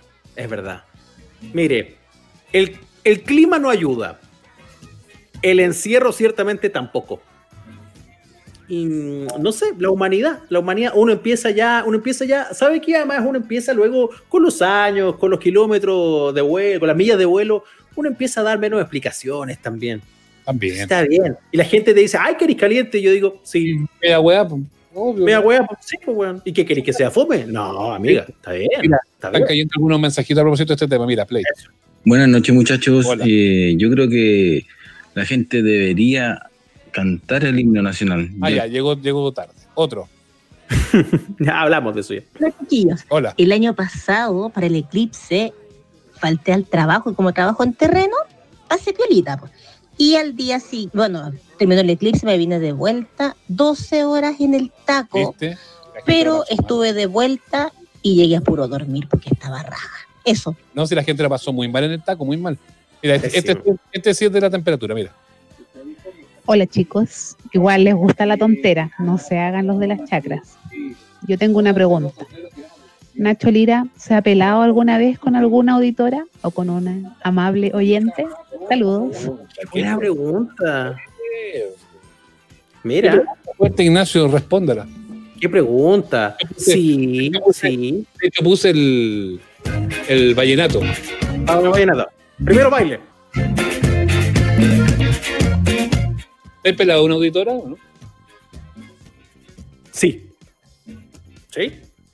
Mire, el clima no ayuda. El encierro ciertamente tampoco. Y no sé, la humanidad, uno empieza ya, ¿sabe qué? Además uno empieza luego con los años, con los kilómetros de vuelo, con las millas de vuelo, uno empieza a dar menos explicaciones también. Está bien. Y la gente te dice, ay, que eres caliente. Y yo digo, sí. Mira, weá, pues. Obvio. Mira, weá, pues sí, pues, weón. ¿Y qué querés que sea fome? No, amiga, está bien. Mira, están cayendo algunos mensajitos a propósito de este tema. Mira, play. Buenas noches, muchachos. Yo creo que la gente debería cantar el himno nacional. Ya, llegó tarde. Otro. Ya hablamos de eso ya. Hola, chiquillos. Hola. El año pasado, para el eclipse, falté al trabajo y como trabajo en terreno, pasé piolita, pues. Y al día sí, bueno, terminó el eclipse, me vine de vuelta, 12 horas en el taco, ¿viste? Pero estuve de vuelta y llegué a puro dormir porque estaba raja. Eso. No, si la gente la pasó muy mal en el taco, muy mal. Mira, este sí es de la temperatura, mira. Hola chicos, igual les gusta la tontera, no se hagan los de las chacras. Yo tengo una pregunta. ¿Nacho Lira se ha pelado alguna vez con alguna auditora o con una amable oyente? Saludos. Buena pregunta. Mira. Fuerte, Ignacio, respóndala. ¿Qué pregunta? Sí, sí. De hecho, puse el vallenato. Vamos al vallenato. Primero baile. ¿Has pelado una auditora o no? Sí. ¿Sí?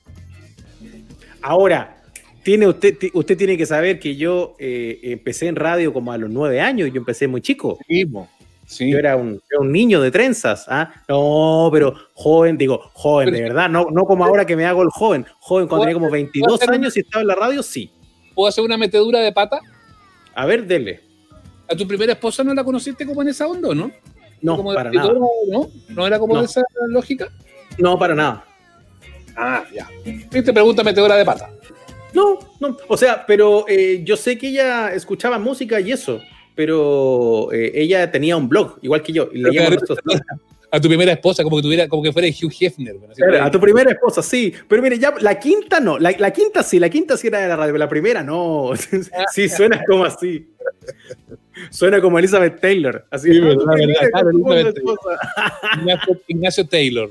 Ahora, usted tiene que saber que yo empecé en radio como a los 9 años. Yo empecé muy chico. Sí. Yo era un niño de trenzas. No, pero joven, de verdad. No como ahora que me hago el joven. Joven cuando tenía como 22 años y estaba en la radio, sí. ¿Puedo hacer una metedura de pata? A ver, dele. ¿A tu primera esposa no la conociste como en esa onda o no? No, como para nada. ¿No era como de esa lógica? No, para nada. Ah, ya. ¿Qué te pregunta metedura de pata? No. O sea, pero yo sé que ella escuchaba música y eso, pero ella tenía un blog, igual que yo. Y a tu primera esposa, como que fuera Hugh Hefner. A tu primera esposa, sí. Pero mire, ya la quinta no. La quinta sí era de la radio, pero la primera no. Sí, suena como así. Suena como Elizabeth Taylor. Así sí, Ignacio Taylor.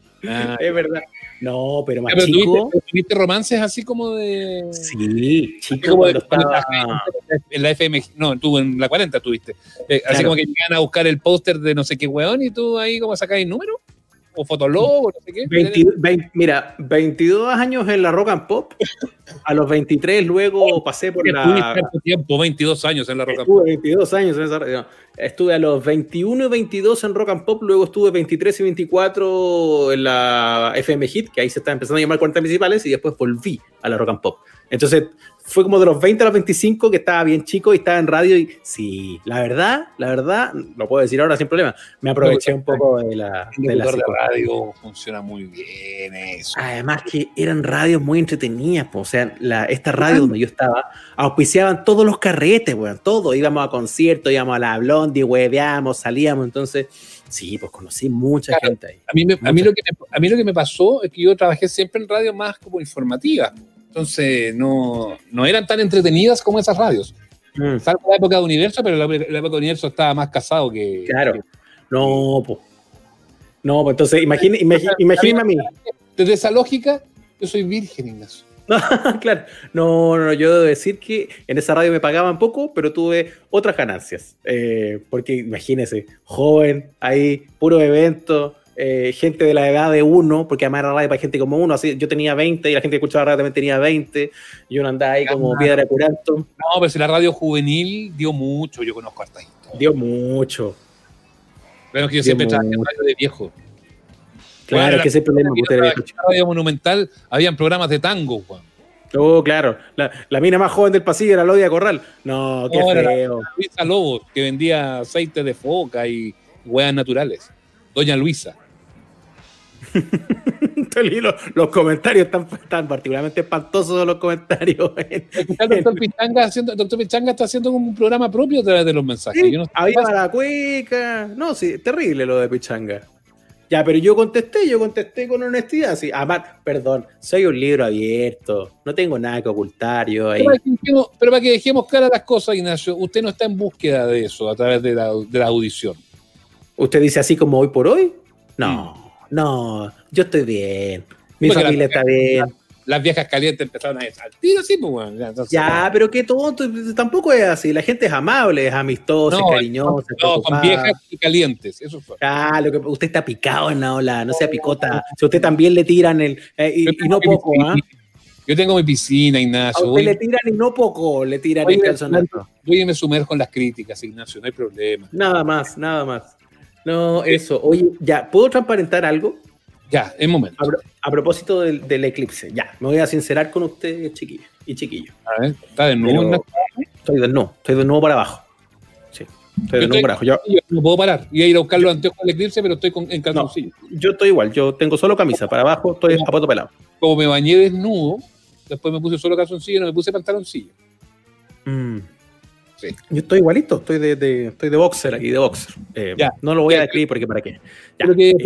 Es verdad. No, pero más chico. ¿Tuviste romances así como de...? Sí, chico, como cuando estaba... En la FM, no, tú en la 40 tuviste. Así Claro. como que llegan a buscar el póster de no sé qué weón y tú ahí como sacáis el número. O Fotolog, o no sé qué. Mira, 22 años en la Rock and Pop. A los 23 luego pasé por la... Tuviste tiempo, 22 años en la Rock and Estuve Pop. 22 años en esa radio. Estuve a los 21 y 22 en Rock and Pop, luego estuve 23 y 24 en la FM Hit, que ahí se está empezando a llamar 40 principales, y después volví a la Rock and Pop. Entonces, fue como de los 20 a los 25 que estaba bien chico y estaba en radio y sí, la verdad, lo puedo decir ahora sin problema, me aproveché un poco de la de situación. radio funciona muy bien eso. Además que eran radios muy entretenidas, po. O sea, esta radio donde yo estaba, auspiciaban todos los carretes, weón, todo, íbamos a conciertos, íbamos a la Blondie, hueveamos, salíamos, entonces, sí, pues conocí mucha gente ahí. A mí lo que me pasó es que yo trabajé siempre en radio más como informativa, entonces no eran tan entretenidas como esas radios. Salvo la época de Universo, pero la época de Universo estaba más casado que... Claro, no, pues entonces imagíname a mí. Desde esa lógica, yo soy virgen, Ignacio. Claro, no, yo debo decir que en esa radio me pagaban poco, pero tuve otras ganancias. Porque imagínese, joven, ahí, puro evento, gente de la edad de uno, porque además era radio para gente como uno, así yo tenía 20 y la gente que escuchaba radio también tenía 20, y uno andaba ahí como piedra de curanto. No, pero si la radio juvenil dio mucho, yo conozco harta historia. Dio mucho. Pero es que yo siempre trabajé en radio de viejo. Claro, que ese problema que usted en la Radio Monumental habían programas de tango, Juan. Oh, claro. La mina más joven del pasillo era Lodia Corral. No, qué feo. Luisa Lobos, que vendía aceite de foca y hueas naturales. Doña Luisa. Los comentarios están particularmente espantosos, los comentarios. El doctor Pichanga está haciendo como un programa propio a través de los mensajes. Sí, yo no sé había la cueca. No, sí, terrible lo de Pichanga. Ya, pero yo contesté con honestidad. Sí. Además, perdón, soy un libro abierto. No tengo nada que ocultar yo ahí. Pero para que dejemos claras las cosas, Ignacio, usted no está en búsqueda de eso a través de la audición. ¿Usted dice así como hoy por hoy? No, yo estoy bien. Mi familia está bien. Las viejas calientes empezaron a decir al tiro, sí, pues bueno. Ya, pero qué tonto, tampoco es así. La gente es amable, es amistosa, es cariñosa. No, son viejas y calientes, eso fue. Ah, lo que usted está picado en la ola, no sea picota. Si usted también le tiran y no poco, ¿ah? Yo tengo mi piscina, Ignacio. A usted le tiran y no poco, le tiran el calzonazo. Voy y me sumerjo en las críticas, Ignacio, no hay problema. Nada más. No, eso. Oye, ya, ¿puedo transparentar algo? Ya, es momento. A propósito del eclipse, ya, me voy a sincerar con usted, chiquillo y chiquillo. A ver, ¿está de nuevo? Estoy de nuevo para abajo. Sí, estoy de nuevo para abajo. Yo no puedo parar. Iba a ir a buscar los anteojos del eclipse, pero estoy en calzoncillo. Yo estoy igual, yo tengo solo camisa, para abajo estoy a poto pelado. Como me bañé desnudo, después me puse solo calzoncillo y no me puse pantaloncillo. Sí. Yo estoy igualito, estoy de boxer aquí, de boxer. No lo voy a describir porque para qué. Ya,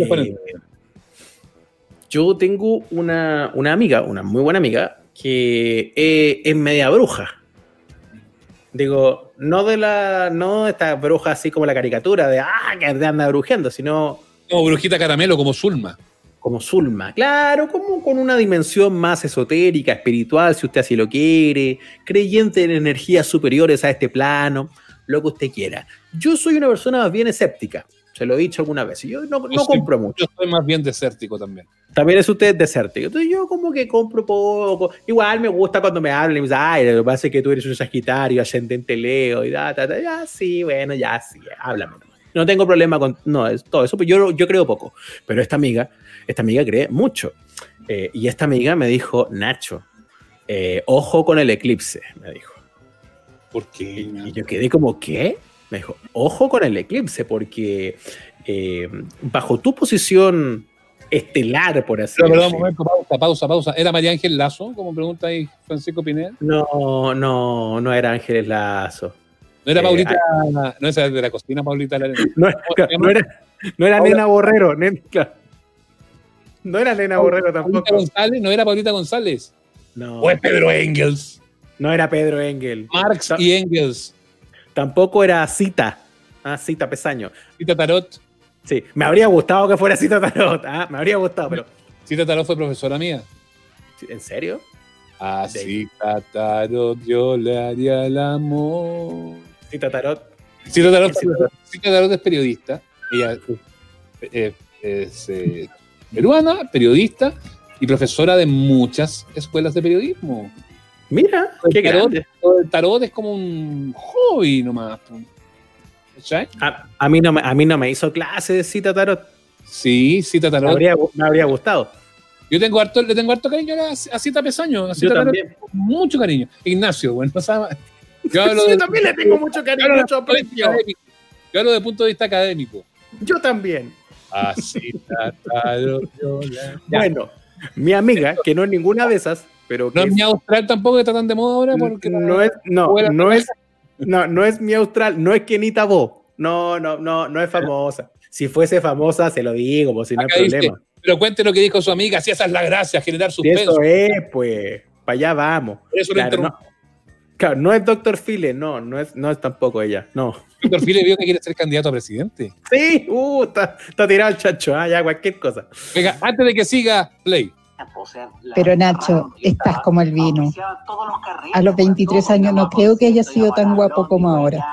yo tengo una amiga, una muy buena amiga, que es media bruja. Digo, no de esta bruja así como la caricatura de que anda brujeando, sino como brujita caramelo, como Zulma. Como Zulma, claro, como con una dimensión más esotérica, espiritual, si usted así lo quiere, creyente en energías superiores a este plano, lo que usted quiera. Yo soy una persona más bien escéptica, se lo he dicho alguna vez, yo no compro mucho. Yo soy más bien desértico también. También es usted desértico, entonces yo como que compro poco, igual me gusta cuando me hablan y me dicen, lo que pasa es que tú eres un Sagitario, ascendente Leo, y ya sí, bueno, ya sí, háblame. No tengo problema con todo eso, pues yo creo poco, pero esta amiga cree mucho. Y esta amiga me dijo, Nacho, ojo con el eclipse, me dijo. ¿Por qué? Y yo quedé como, ¿qué? Me dijo, ojo con el eclipse, porque bajo tu posición estelar, por así decirlo. Perdón, un momento, pausa. ¿Era María Ángel Lazo, como pregunta ahí Francisco Pineda? No era Ángeles Lazo. No era Paulita, no esa de la cocina, Paulita. No era Nena Borrero, no era Nena Borrero tampoco. González, no era Paulita González. No. O es Pedro Engels. No era Pedro Engels. Marx y Engels. Tampoco era Cita. Cita Pesaño. Cita Tarot. Sí, me habría gustado que fuera Cita Tarot. Me habría gustado, pero. Cita Tarot fue profesora mía. ¿En serio? A Cita Tarot yo le haría el amor. Cita Tarot. Cita Tarot es periodista. Ella es peruana, periodista y profesora de muchas escuelas de periodismo. Mira, qué grande. El tarot es como un hobby nomás. ¿Sabes? A mí no me hizo clase de Cita Tarot. Sí, Cita Tarot. Me habría gustado. Yo le tengo harto cariño a Cita Pesaño. A Cita Yo Tarot, también. Mucho cariño. Ignacio, bueno, ¿sabes? Yo también le tengo mucho cariño, mucho aprecio. Yo hablo de punto de vista académico. Yo también. A Cita Tarot. Bueno, mi amiga, que no es ninguna de esas, pero que no es mi Austral tampoco, que está tan de moda ahora. Porque no es mi Austral, no es Kenita Bo. No es famosa. Si fuese famosa, se lo digo, pues si no hay problema. Dice, pero cuente lo que dijo su amiga, si esa es la gracia, generar suspenso. Eso es, pues, para allá vamos. Eso claro, no es Dr. Phil, no es tampoco ella, no. Dr. Phil vio que quiere ser candidato a presidente. Sí, está tirado el chacho, ya cualquier cosa. Venga, antes de que siga, play. Pero Nacho, estás como el vino. A los 23 años no creo que haya sido tan guapo como ahora.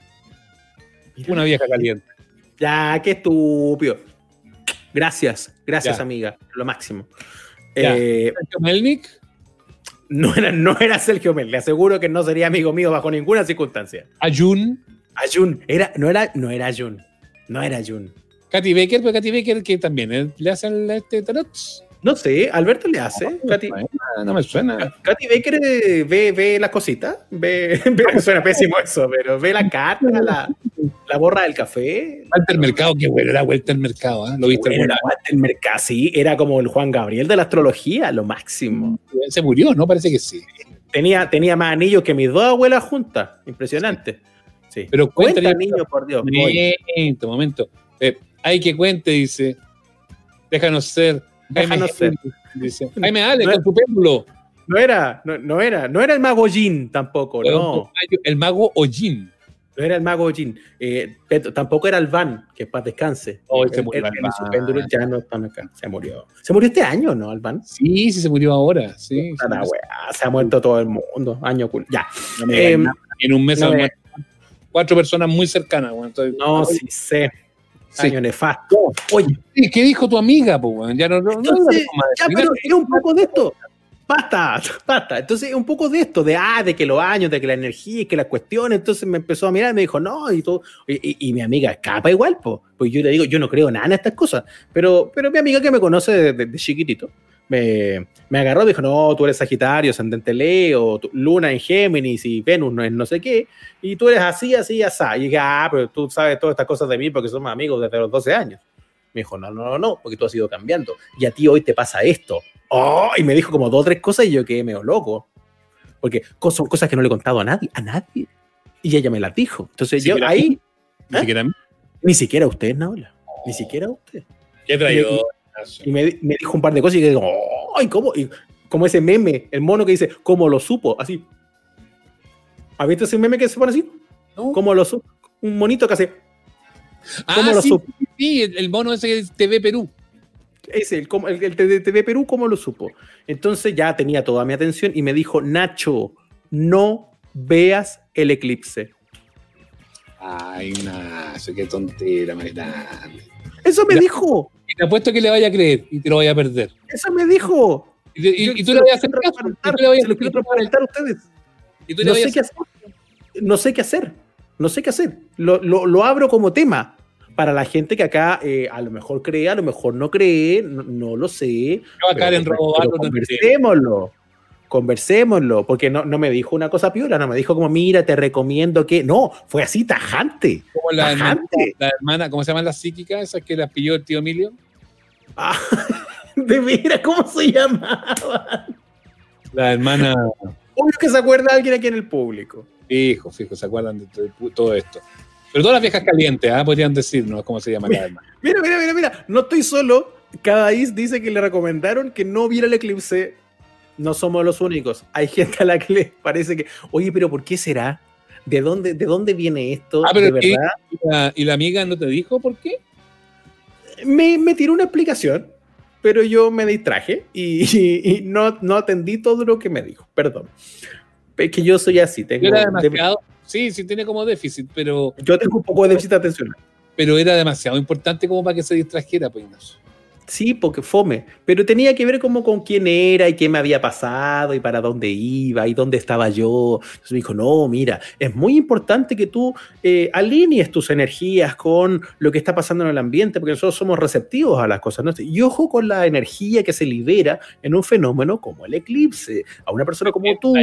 Una vieja caliente. Ya, qué estúpido. Gracias, Ya. amiga, lo máximo. ¿Sergio Melnik? No era Sergio Melnik, le aseguro que no sería amigo mío bajo ninguna circunstancia. Ayun. No era Ayun. Katy Baker, pero Katy Baker que también le hace el tarot. No sé, Alberto le hace. No me suena. Katy Baker ve las cositas, suena pésimo eso, pero ve la carta, la borra del café. Walter Mercado, qué bueno era Walter Mercado, ¿eh? ¿Lo viste? Era Walter Mercado, sí, era como el Juan Gabriel de la astrología, lo máximo. Se murió, ¿no? Parece que sí. Tenía más anillos que mis dos abuelas juntas, impresionante. Sí. Pero cuenta, cuéntale, niño, por Dios. Momento. Hay que cuente, dice. Déjanos ser. Dice. Jaime Ale, con tu péndulo. No era el mago Jin tampoco, no. El mago Ojin. No era el mago Jin. Tampoco era el Van, que paz descanse. Se murió su péndulo ya no está acá. Se murió. ¿Se murió este año, no, Alban? Sí, se murió ahora. Sí. Se ha muerto todo el mundo. Año cool. Ya. En un mes han muerto 4 personas muy cercanas. No, sí sé. Año nefasto. Oye, ¿qué dijo tu amiga? Ya pero es un poco de esto. Basta. Entonces, un poco de esto, de que los años, de que la energía, que las cuestiones. Entonces me empezó a mirar y me dijo, no, y todo. Y mi amiga escapa igual, pues yo le digo, yo no creo nada en estas cosas. Pero mi amiga que me conoce desde chiquitito, me agarró y dijo, no, tú eres Sagitario, ascendente Leo, Luna en Géminis y Venus no es no sé qué, y tú eres así. Y dije, pero tú sabes todas estas cosas de mí porque somos amigos desde los 12 años. Me dijo, no, porque tú has ido cambiando. Y a ti hoy te pasa esto. Y me dijo como 2 o 3 cosas y yo quedé medio loco. Porque son cosas que no le he contado a nadie. Y ella me las dijo. Entonces Ni yo siquiera ahí... Ni siquiera a mí. Ni siquiera usted, Naola. Ni siquiera usted. Qué traidor. Y me dijo un par de cosas y digo, ¡ay, cómo! Y como ese meme, el mono que dice, ¿cómo lo supo? Así. ¿Has visto ese meme que se pone así? No. ¿Cómo lo supo? Un monito que hace. ¿Cómo lo sí, supo? sí, el mono ese que es TV Perú. Ese, el de TV Perú, ¿cómo lo supo? Entonces ya tenía toda mi atención y me dijo, Nacho, no veas el eclipse. Ay, Nacho, qué tontera, más grande. Eso me dijo. Y te apuesto que le vaya a creer y te lo vaya a perder. Eso me dijo. Y tú le vas a hacer caso. Se lo quiero transparentar a ustedes. Y tú le No sé qué hacer. No sé qué hacer. No sé qué hacer. Lo abro como tema para la gente que acá a lo mejor cree, a lo mejor no cree, no lo sé. Conversémoslo, porque no me dijo una cosa piola, no me dijo como, mira, te recomiendo que... No, fue así, tajante. Como la hermana, ¿cómo se llaman las psíquicas? Esas que las pilló el tío Emilio. Ah, de veras, ¿cómo se llamaba? La hermana... Obvio que se acuerda alguien aquí en el público. Fijo, se acuerdan de todo esto. Pero todas las viejas calientes, podrían decirnos cómo se llama la hermana. Mira, no estoy solo. Cadaís dice que le recomendaron que no viera el eclipse. No somos los únicos. Hay gente a la que le parece que, oye, pero ¿por qué será? ¿De dónde viene esto? Pero ¿De verdad? ¿Y la amiga no te dijo por qué? Me tiró una explicación, pero yo me distraje y no atendí todo lo que me dijo. Perdón. Es que yo soy así. Era demasiado. Sí, tiene como déficit, pero... Yo tengo un poco de déficit atencional. Pero era demasiado importante como para que se distrajera, pues, Ignacio. Sí, porque fome. Pero tenía que ver como con quién era y qué me había pasado y para dónde iba y dónde estaba yo. Entonces me dijo, no, mira, es muy importante que tú alinees tus energías con lo que está pasando en el ambiente, porque nosotros somos receptivos a las cosas, ¿no? Y ojo con la energía que se libera en un fenómeno como el eclipse. A una persona como tú...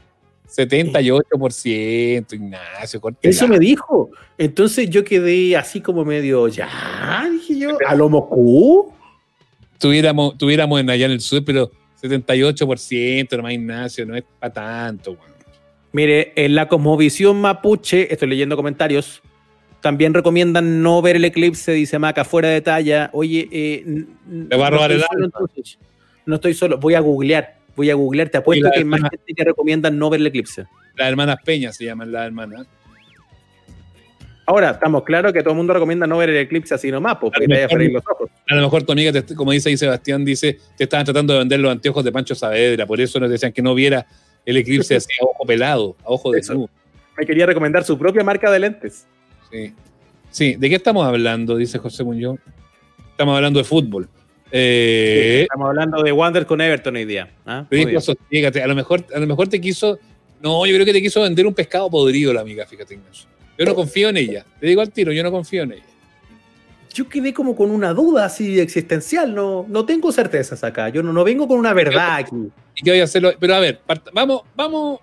78%, Ignacio. Eso me dijo. Entonces yo quedé así como medio, ya, dije yo, ¿a lo Moscú? Tuviéramos allá en el sur, pero 78%, nomás, Ignacio, no es para tanto. Bueno. Mire, en la cosmovisión mapuche, estoy leyendo comentarios, también recomiendan no ver el eclipse, dice Maca, fuera de talla. Oye, te va a robar el alma. No estoy solo, voy a googlear, te apuesto que hay más gente que recomiendan no ver el eclipse. Las hermanas Peña se llaman las hermanas. Ahora, estamos claros que todo el mundo recomienda no ver el eclipse así nomás, porque te vaya a freír los ojos. A lo mejor tu amiga, como dice ahí Sebastián, te estaban tratando de vender los anteojos de Pancho Saavedra, por eso nos decían que no viera el eclipse así a ojo pelado, a ojo desnudo. Me quería recomendar su propia marca de lentes. Sí, ¿de qué estamos hablando? Dice José Muñoz. Estamos hablando de fútbol. Estamos hablando de Wander con Everton hoy día. Fíjate, a lo mejor te quiso... No, yo creo que te quiso vender un pescado podrido la amiga, fíjate, Ignacio. Yo no confío en ella. Te digo al tiro, yo no confío en ella. Yo quedé como con una duda así existencial. No tengo certezas acá. Yo no vengo con una verdad aquí. ¿Y qué voy a hacerlo? Pero a ver, vamos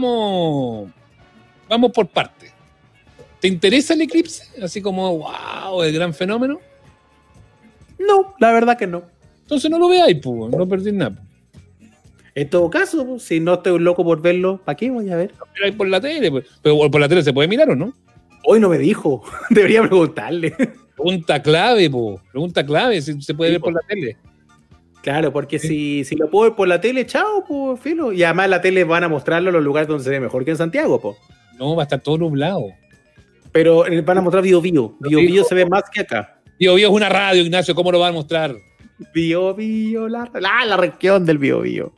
por parte. ¿Te interesa el eclipse? Así como, wow, el gran fenómeno. No, la verdad que no. Entonces no lo veáis, pues, no perdís nada. En todo caso, si no estoy loco por verlo, ¿para qué voy a ver? Pero por la tele, pues. Pero por la tele se puede mirar, ¿o no? Hoy no me dijo. Debería preguntarle. Pregunta clave, po. Pregunta clave, si se puede ver por la tele. Claro, porque si lo puedo ver por la tele, chao, pues, filo. Y además la tele van a mostrarlo en los lugares donde se ve mejor que en Santiago, pues. No, va a estar todo nublado. Pero van a mostrar Bio Bio. Bio Bio se ve más que acá. Bio Bio es una radio, Ignacio, ¿cómo lo van a mostrar? Bio Bio, la región del Bio Bio.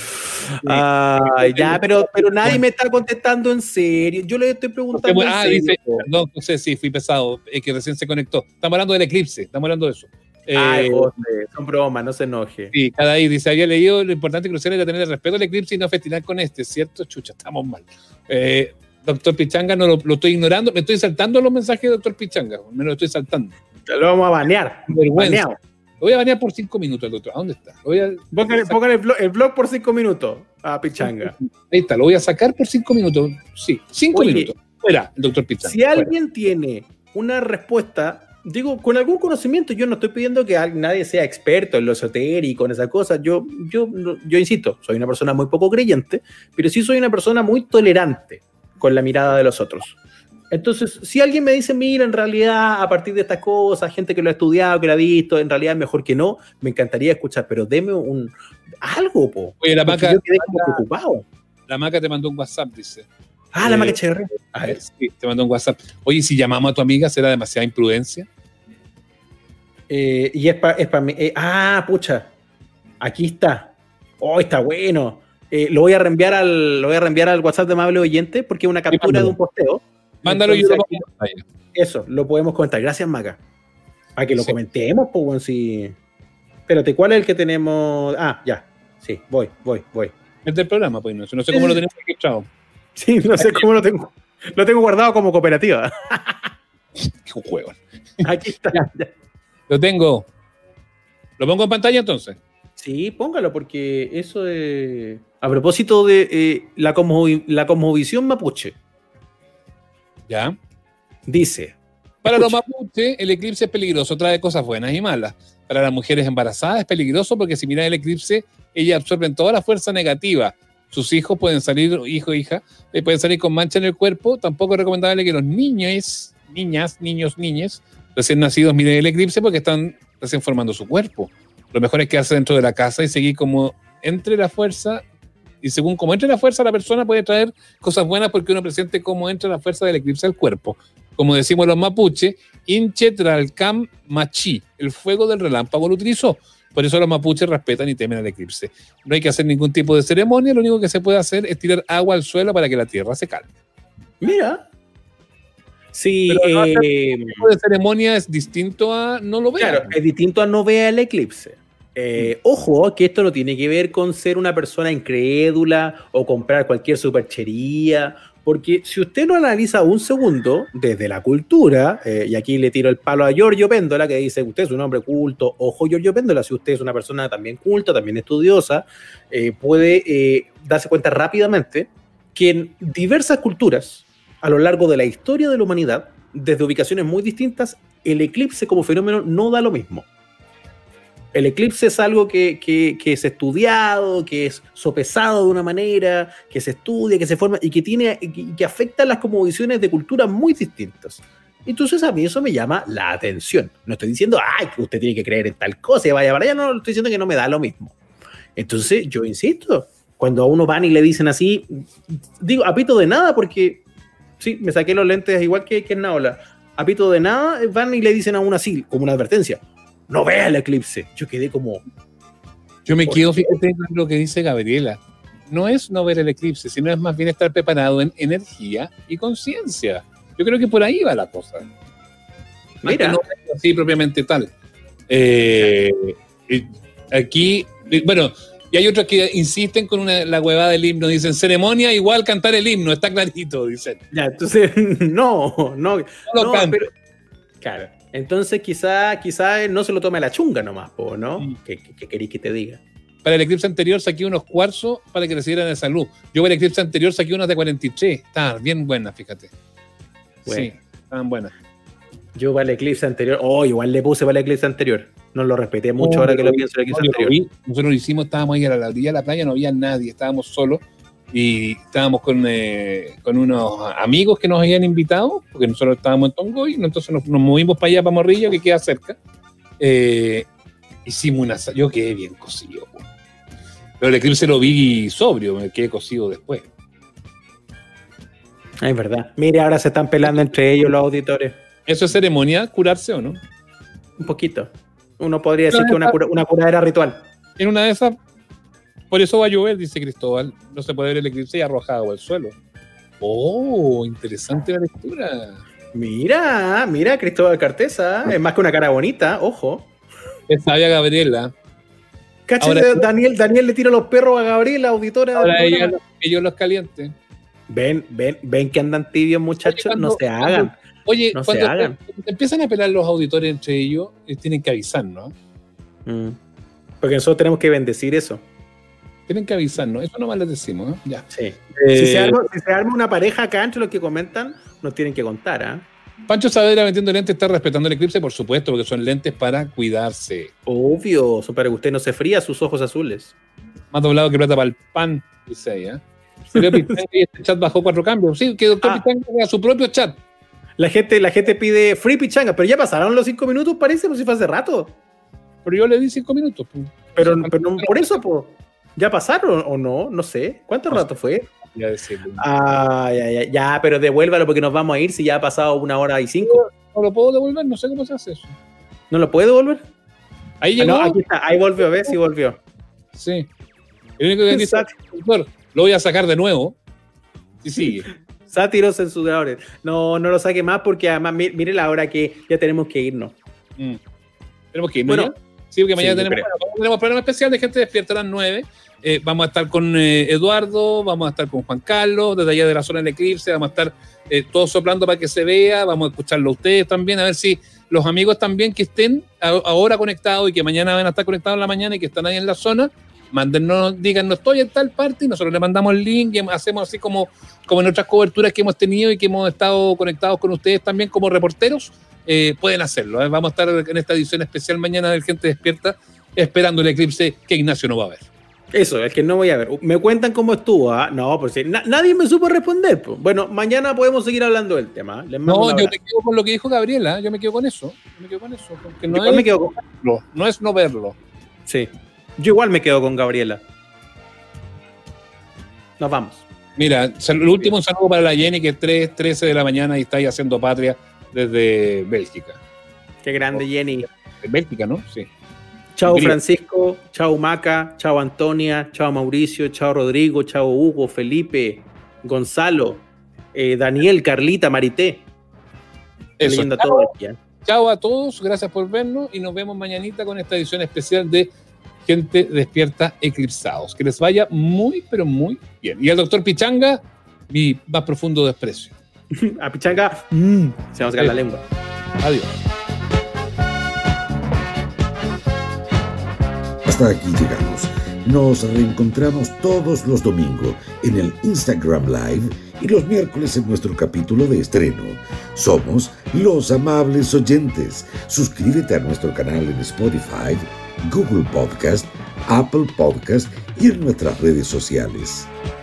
Ya, pero nadie me está contestando en serio. Yo le estoy preguntando en serio. Dice, perdón, no sé, sí, fui pesado, es que recién se conectó. Estamos hablando del eclipse, estamos hablando de eso. José, son bromas, no se enoje. Sí, cada ahí dice, había leído lo importante que era tener el respeto al eclipse y no festinar con ¿cierto? Chucha, estamos mal. Doctor Pichanga, no lo estoy ignorando, me estoy saltando los mensajes de Doctor Pichanga, me lo estoy saltando. Lo vamos a banear. Baneado. Lo voy a banear por 5 minutos, doctor. ¿A dónde está? Pongan el blog por 5 minutos a Pichanga. Ahí está, lo voy a sacar por 5 minutos. Sí, 5 minutos. Fuera, el doctor Pichanga. Si alguien tiene una respuesta, digo, con algún conocimiento, yo no estoy pidiendo que nadie sea experto en lo esotérico, en esas cosas. Yo insisto, soy una persona muy poco creyente, pero sí soy una persona muy tolerante con la mirada de los otros. Entonces, si alguien me dice, mira, en realidad, a partir de estas cosas, gente que lo ha estudiado, que lo ha visto, en realidad es mejor que no, me encantaría escuchar, pero deme algo, po. Oye, la Maca, yo quedé como preocupado. La Maca te mandó un WhatsApp, dice. La Maca HR. A ver. Sí, te mandó un WhatsApp. Oye, si llamamos a tu amiga, ¿será demasiada imprudencia? Y es para mí. Pucha. Aquí está. Oh, está bueno. Lo voy a reenviar al WhatsApp de amable oyente porque es una captura de un posteo. Mándalo. Entonces, eso, lo podemos comentar. Gracias, Maca. Para que lo comentemos, pues, bueno, si... Espérate, ¿cuál es el que tenemos? Ya. Sí, voy. Es del programa, pues, no sé cómo lo tenemos registrado. Sí, no sé cómo lo tengo. Lo tengo guardado como cooperativa. Qué juego. Aquí está. Ya. Lo tengo. ¿Lo pongo en pantalla entonces? Sí, póngalo, porque eso es... A propósito de la cosmovisión mapuche. Ya. Dice... Para los mapuches, el eclipse es peligroso, trae cosas buenas y malas. Para las mujeres embarazadas es peligroso porque si miran el eclipse, ellas absorben toda la fuerza negativa. Sus hijos pueden salir, hijo e hija, pueden salir con mancha en el cuerpo. Tampoco es recomendable que los niños, niñas, recién nacidos miren el eclipse porque están recién formando su cuerpo. Lo mejor es quedarse dentro de la casa y seguir como entre la fuerza, y según como entre la fuerza la persona puede traer cosas buenas porque uno presiente cómo entra la fuerza del eclipse al cuerpo. Como decimos los mapuches, Inche Tralcam Machi, el fuego del relámpago lo utilizó. Por eso los mapuches respetan y temen al eclipse. No hay que hacer ningún tipo de ceremonia, lo único que se puede hacer es tirar agua al suelo para que la tierra se calme. Mira. Sí, pero el tipo de ceremonia es distinto a no lo vea. Claro, es distinto a no vea el eclipse. Ojo, que esto no tiene que ver con ser una persona incrédula o comprar cualquier superchería, porque si usted lo analiza un segundo desde la cultura, y aquí le tiro el palo a Giorgio Péndola, que dice, usted es un hombre culto, ojo Giorgio Péndola, si usted es una persona también culta, también estudiosa, puede darse cuenta rápidamente que en diversas culturas, a lo largo de la historia de la humanidad, desde ubicaciones muy distintas, el eclipse como fenómeno no da lo mismo. El eclipse es algo que es estudiado, que es sopesado de una manera, que se estudia, que se forma y que afecta las cosmovisiones de culturas muy distintas. Entonces a mí eso me llama la atención. No estoy diciendo, que usted tiene que creer en tal cosa y vaya para allá, no, estoy diciendo que no me da lo mismo. Entonces yo insisto, cuando a uno van y le dicen así, digo, apito de nada porque, sí, me saqué los lentes igual que en Naola, apito de nada, van y le dicen a uno así, como una advertencia. No vea el eclipse. Yo quedé como... Yo me quedo, fíjate en lo que dice Gabriela. No es no ver el eclipse, sino es más bien estar preparado en energía y conciencia. Yo creo que por ahí va la cosa. Mira. No es así propiamente tal. Aquí, bueno, y hay otros que insisten con la huevada del himno. Dicen, ceremonia igual cantar el himno. Está clarito, dicen. Ya, entonces, no, pero... Claro. Entonces quizá no se lo tome a la chunga nomás, ¿no? Sí. ¿Qué queréis que te diga? Para el eclipse anterior saqué unos cuarzos para que recibieran de salud. Yo para el eclipse anterior saqué unas de 43. Estaban bien buenas, fíjate. Bueno. Sí, estaban buenas. Yo para el eclipse anterior, igual le puse para el eclipse anterior. No lo respeté mucho ahora que lo pienso el eclipse anterior. Nosotros lo hicimos, estábamos ahí a la orilla de la playa, no había nadie, estábamos solos. Y estábamos con unos amigos que nos habían invitado, porque nosotros estábamos en Tongoy, entonces nos movimos para allá, para Morrillo, que queda cerca. Hicimos yo quedé bien cocido. Pero el eclipse lo vi sobrio, me quedé cocido después. Es verdad. Mire, ahora se están pelando entre ellos los auditores. ¿Eso es ceremonia, curarse o no? Un poquito. Uno podría decir que una curadera ritual. En una de esas... Por eso va a llover, dice Cristóbal. No se puede ver el eclipse y arroja agua al suelo. ¡Oh! Interesante la lectura. Mira, Cristóbal Cartesa. Es más que una cara bonita, ojo. Es sabia Gabriela. Cáchate, Daniel le tira los perros a Gabriela, auditora. Ahora ellos los calienten. Ven que andan tibios, muchachos. No se hagan. Oye, cuando empiezan a pelear los auditores entre ellos, tienen que avisarnos. Porque nosotros tenemos que bendecir eso. Tienen que avisarnos, eso nomás les decimos, ¿no? Ya. Sí. Si se arma una pareja acá entre los que comentan, nos tienen que contar, Pancho Saavedra vendiendo lentes está respetando el eclipse, por supuesto, porque son lentes para cuidarse. Obvio, son para que usted no se fría sus ojos azules. Más doblado que plata para el pan, dice ahí, Se ve Pitanga y este chat bajó 4 cambios. Sí, que Doctor Pitanga haga su propio chat. La gente pide free pichanga, pero ya pasaron los 5 minutos, parece, pues si fue hace rato. Pero yo le di 5 minutos. Pues. Pero por eso, pues, ¿ya pasaron o no? No sé. ¿Cuánto rato fue? Ya decirlo. Ya, pero devuélvalo porque nos vamos a ir si ya ha pasado 1 hora y 5. No lo puedo devolver, no sé cómo se hace eso. ¿No lo puede devolver? Ahí llegó. No, aquí está, ahí volvió, ¿ves? Sí volvió. Sí. El único que dice, doctor, lo voy a sacar de nuevo. Sí, sigue. Sátiros censuradores. No lo saque más porque además, mire la hora que ya tenemos que irnos. ¿Tenemos que irnos? Bueno, ¿ya? Sí, porque mañana tenemos programa especial de Gente Despierta a las 9. Vamos a estar con Eduardo, vamos a estar con Juan Carlos, desde allá de la zona del eclipse, vamos a estar todos soplando para que se vea, vamos a escucharlo a ustedes también, a ver si los amigos también que estén ahora conectados y que mañana van a estar conectados en la mañana y que están ahí en la zona, mándennos, digan, no estoy en tal parte, y nosotros le mandamos el link y hacemos así como en otras coberturas que hemos tenido y que hemos estado conectados con ustedes también como reporteros, pueden hacerlo. Vamos a estar en esta edición especial mañana del Gente Despierta, esperando el eclipse que Ignacio no va a ver. Eso, es que no voy a ver. Me cuentan cómo estuvo, ¿ah? No, pues sí. Nadie me supo responder. Pues. Bueno, mañana podemos seguir hablando del tema. Les mando no, yo me quedo con lo que dijo Gabriela. Yo me quedo con eso. Porque no me quedo con verlo. No es no verlo. Sí. Yo igual me quedo con Gabriela. Nos vamos. Mira, el último saludo para la Jenny, que es 3:13 de la mañana y está ahí haciendo patria desde Bélgica. Qué grande, Jenny. De Bélgica, ¿no? Sí. Chao Francisco, chao Maca, chao Antonia, chao Mauricio, chao Rodrigo, chao Hugo, Felipe, Gonzalo, Daniel, Carlita, Marité. Eso. Todo aquí, chao a todos, gracias por vernos y nos vemos mañanita con esta edición especial de Gente Despierta Eclipsados. Que les vaya muy, pero muy bien. Y al doctor Pichanga, mi más profundo desprecio. A Pichanga, se va a sacar la lengua. Adiós. Hasta aquí llegamos. Nos reencontramos todos los domingos en el Instagram Live y los miércoles en nuestro capítulo de estreno. Somos Los Amables Oyentes. Suscríbete a nuestro canal en Spotify, Google Podcast, Apple Podcast y en nuestras redes sociales.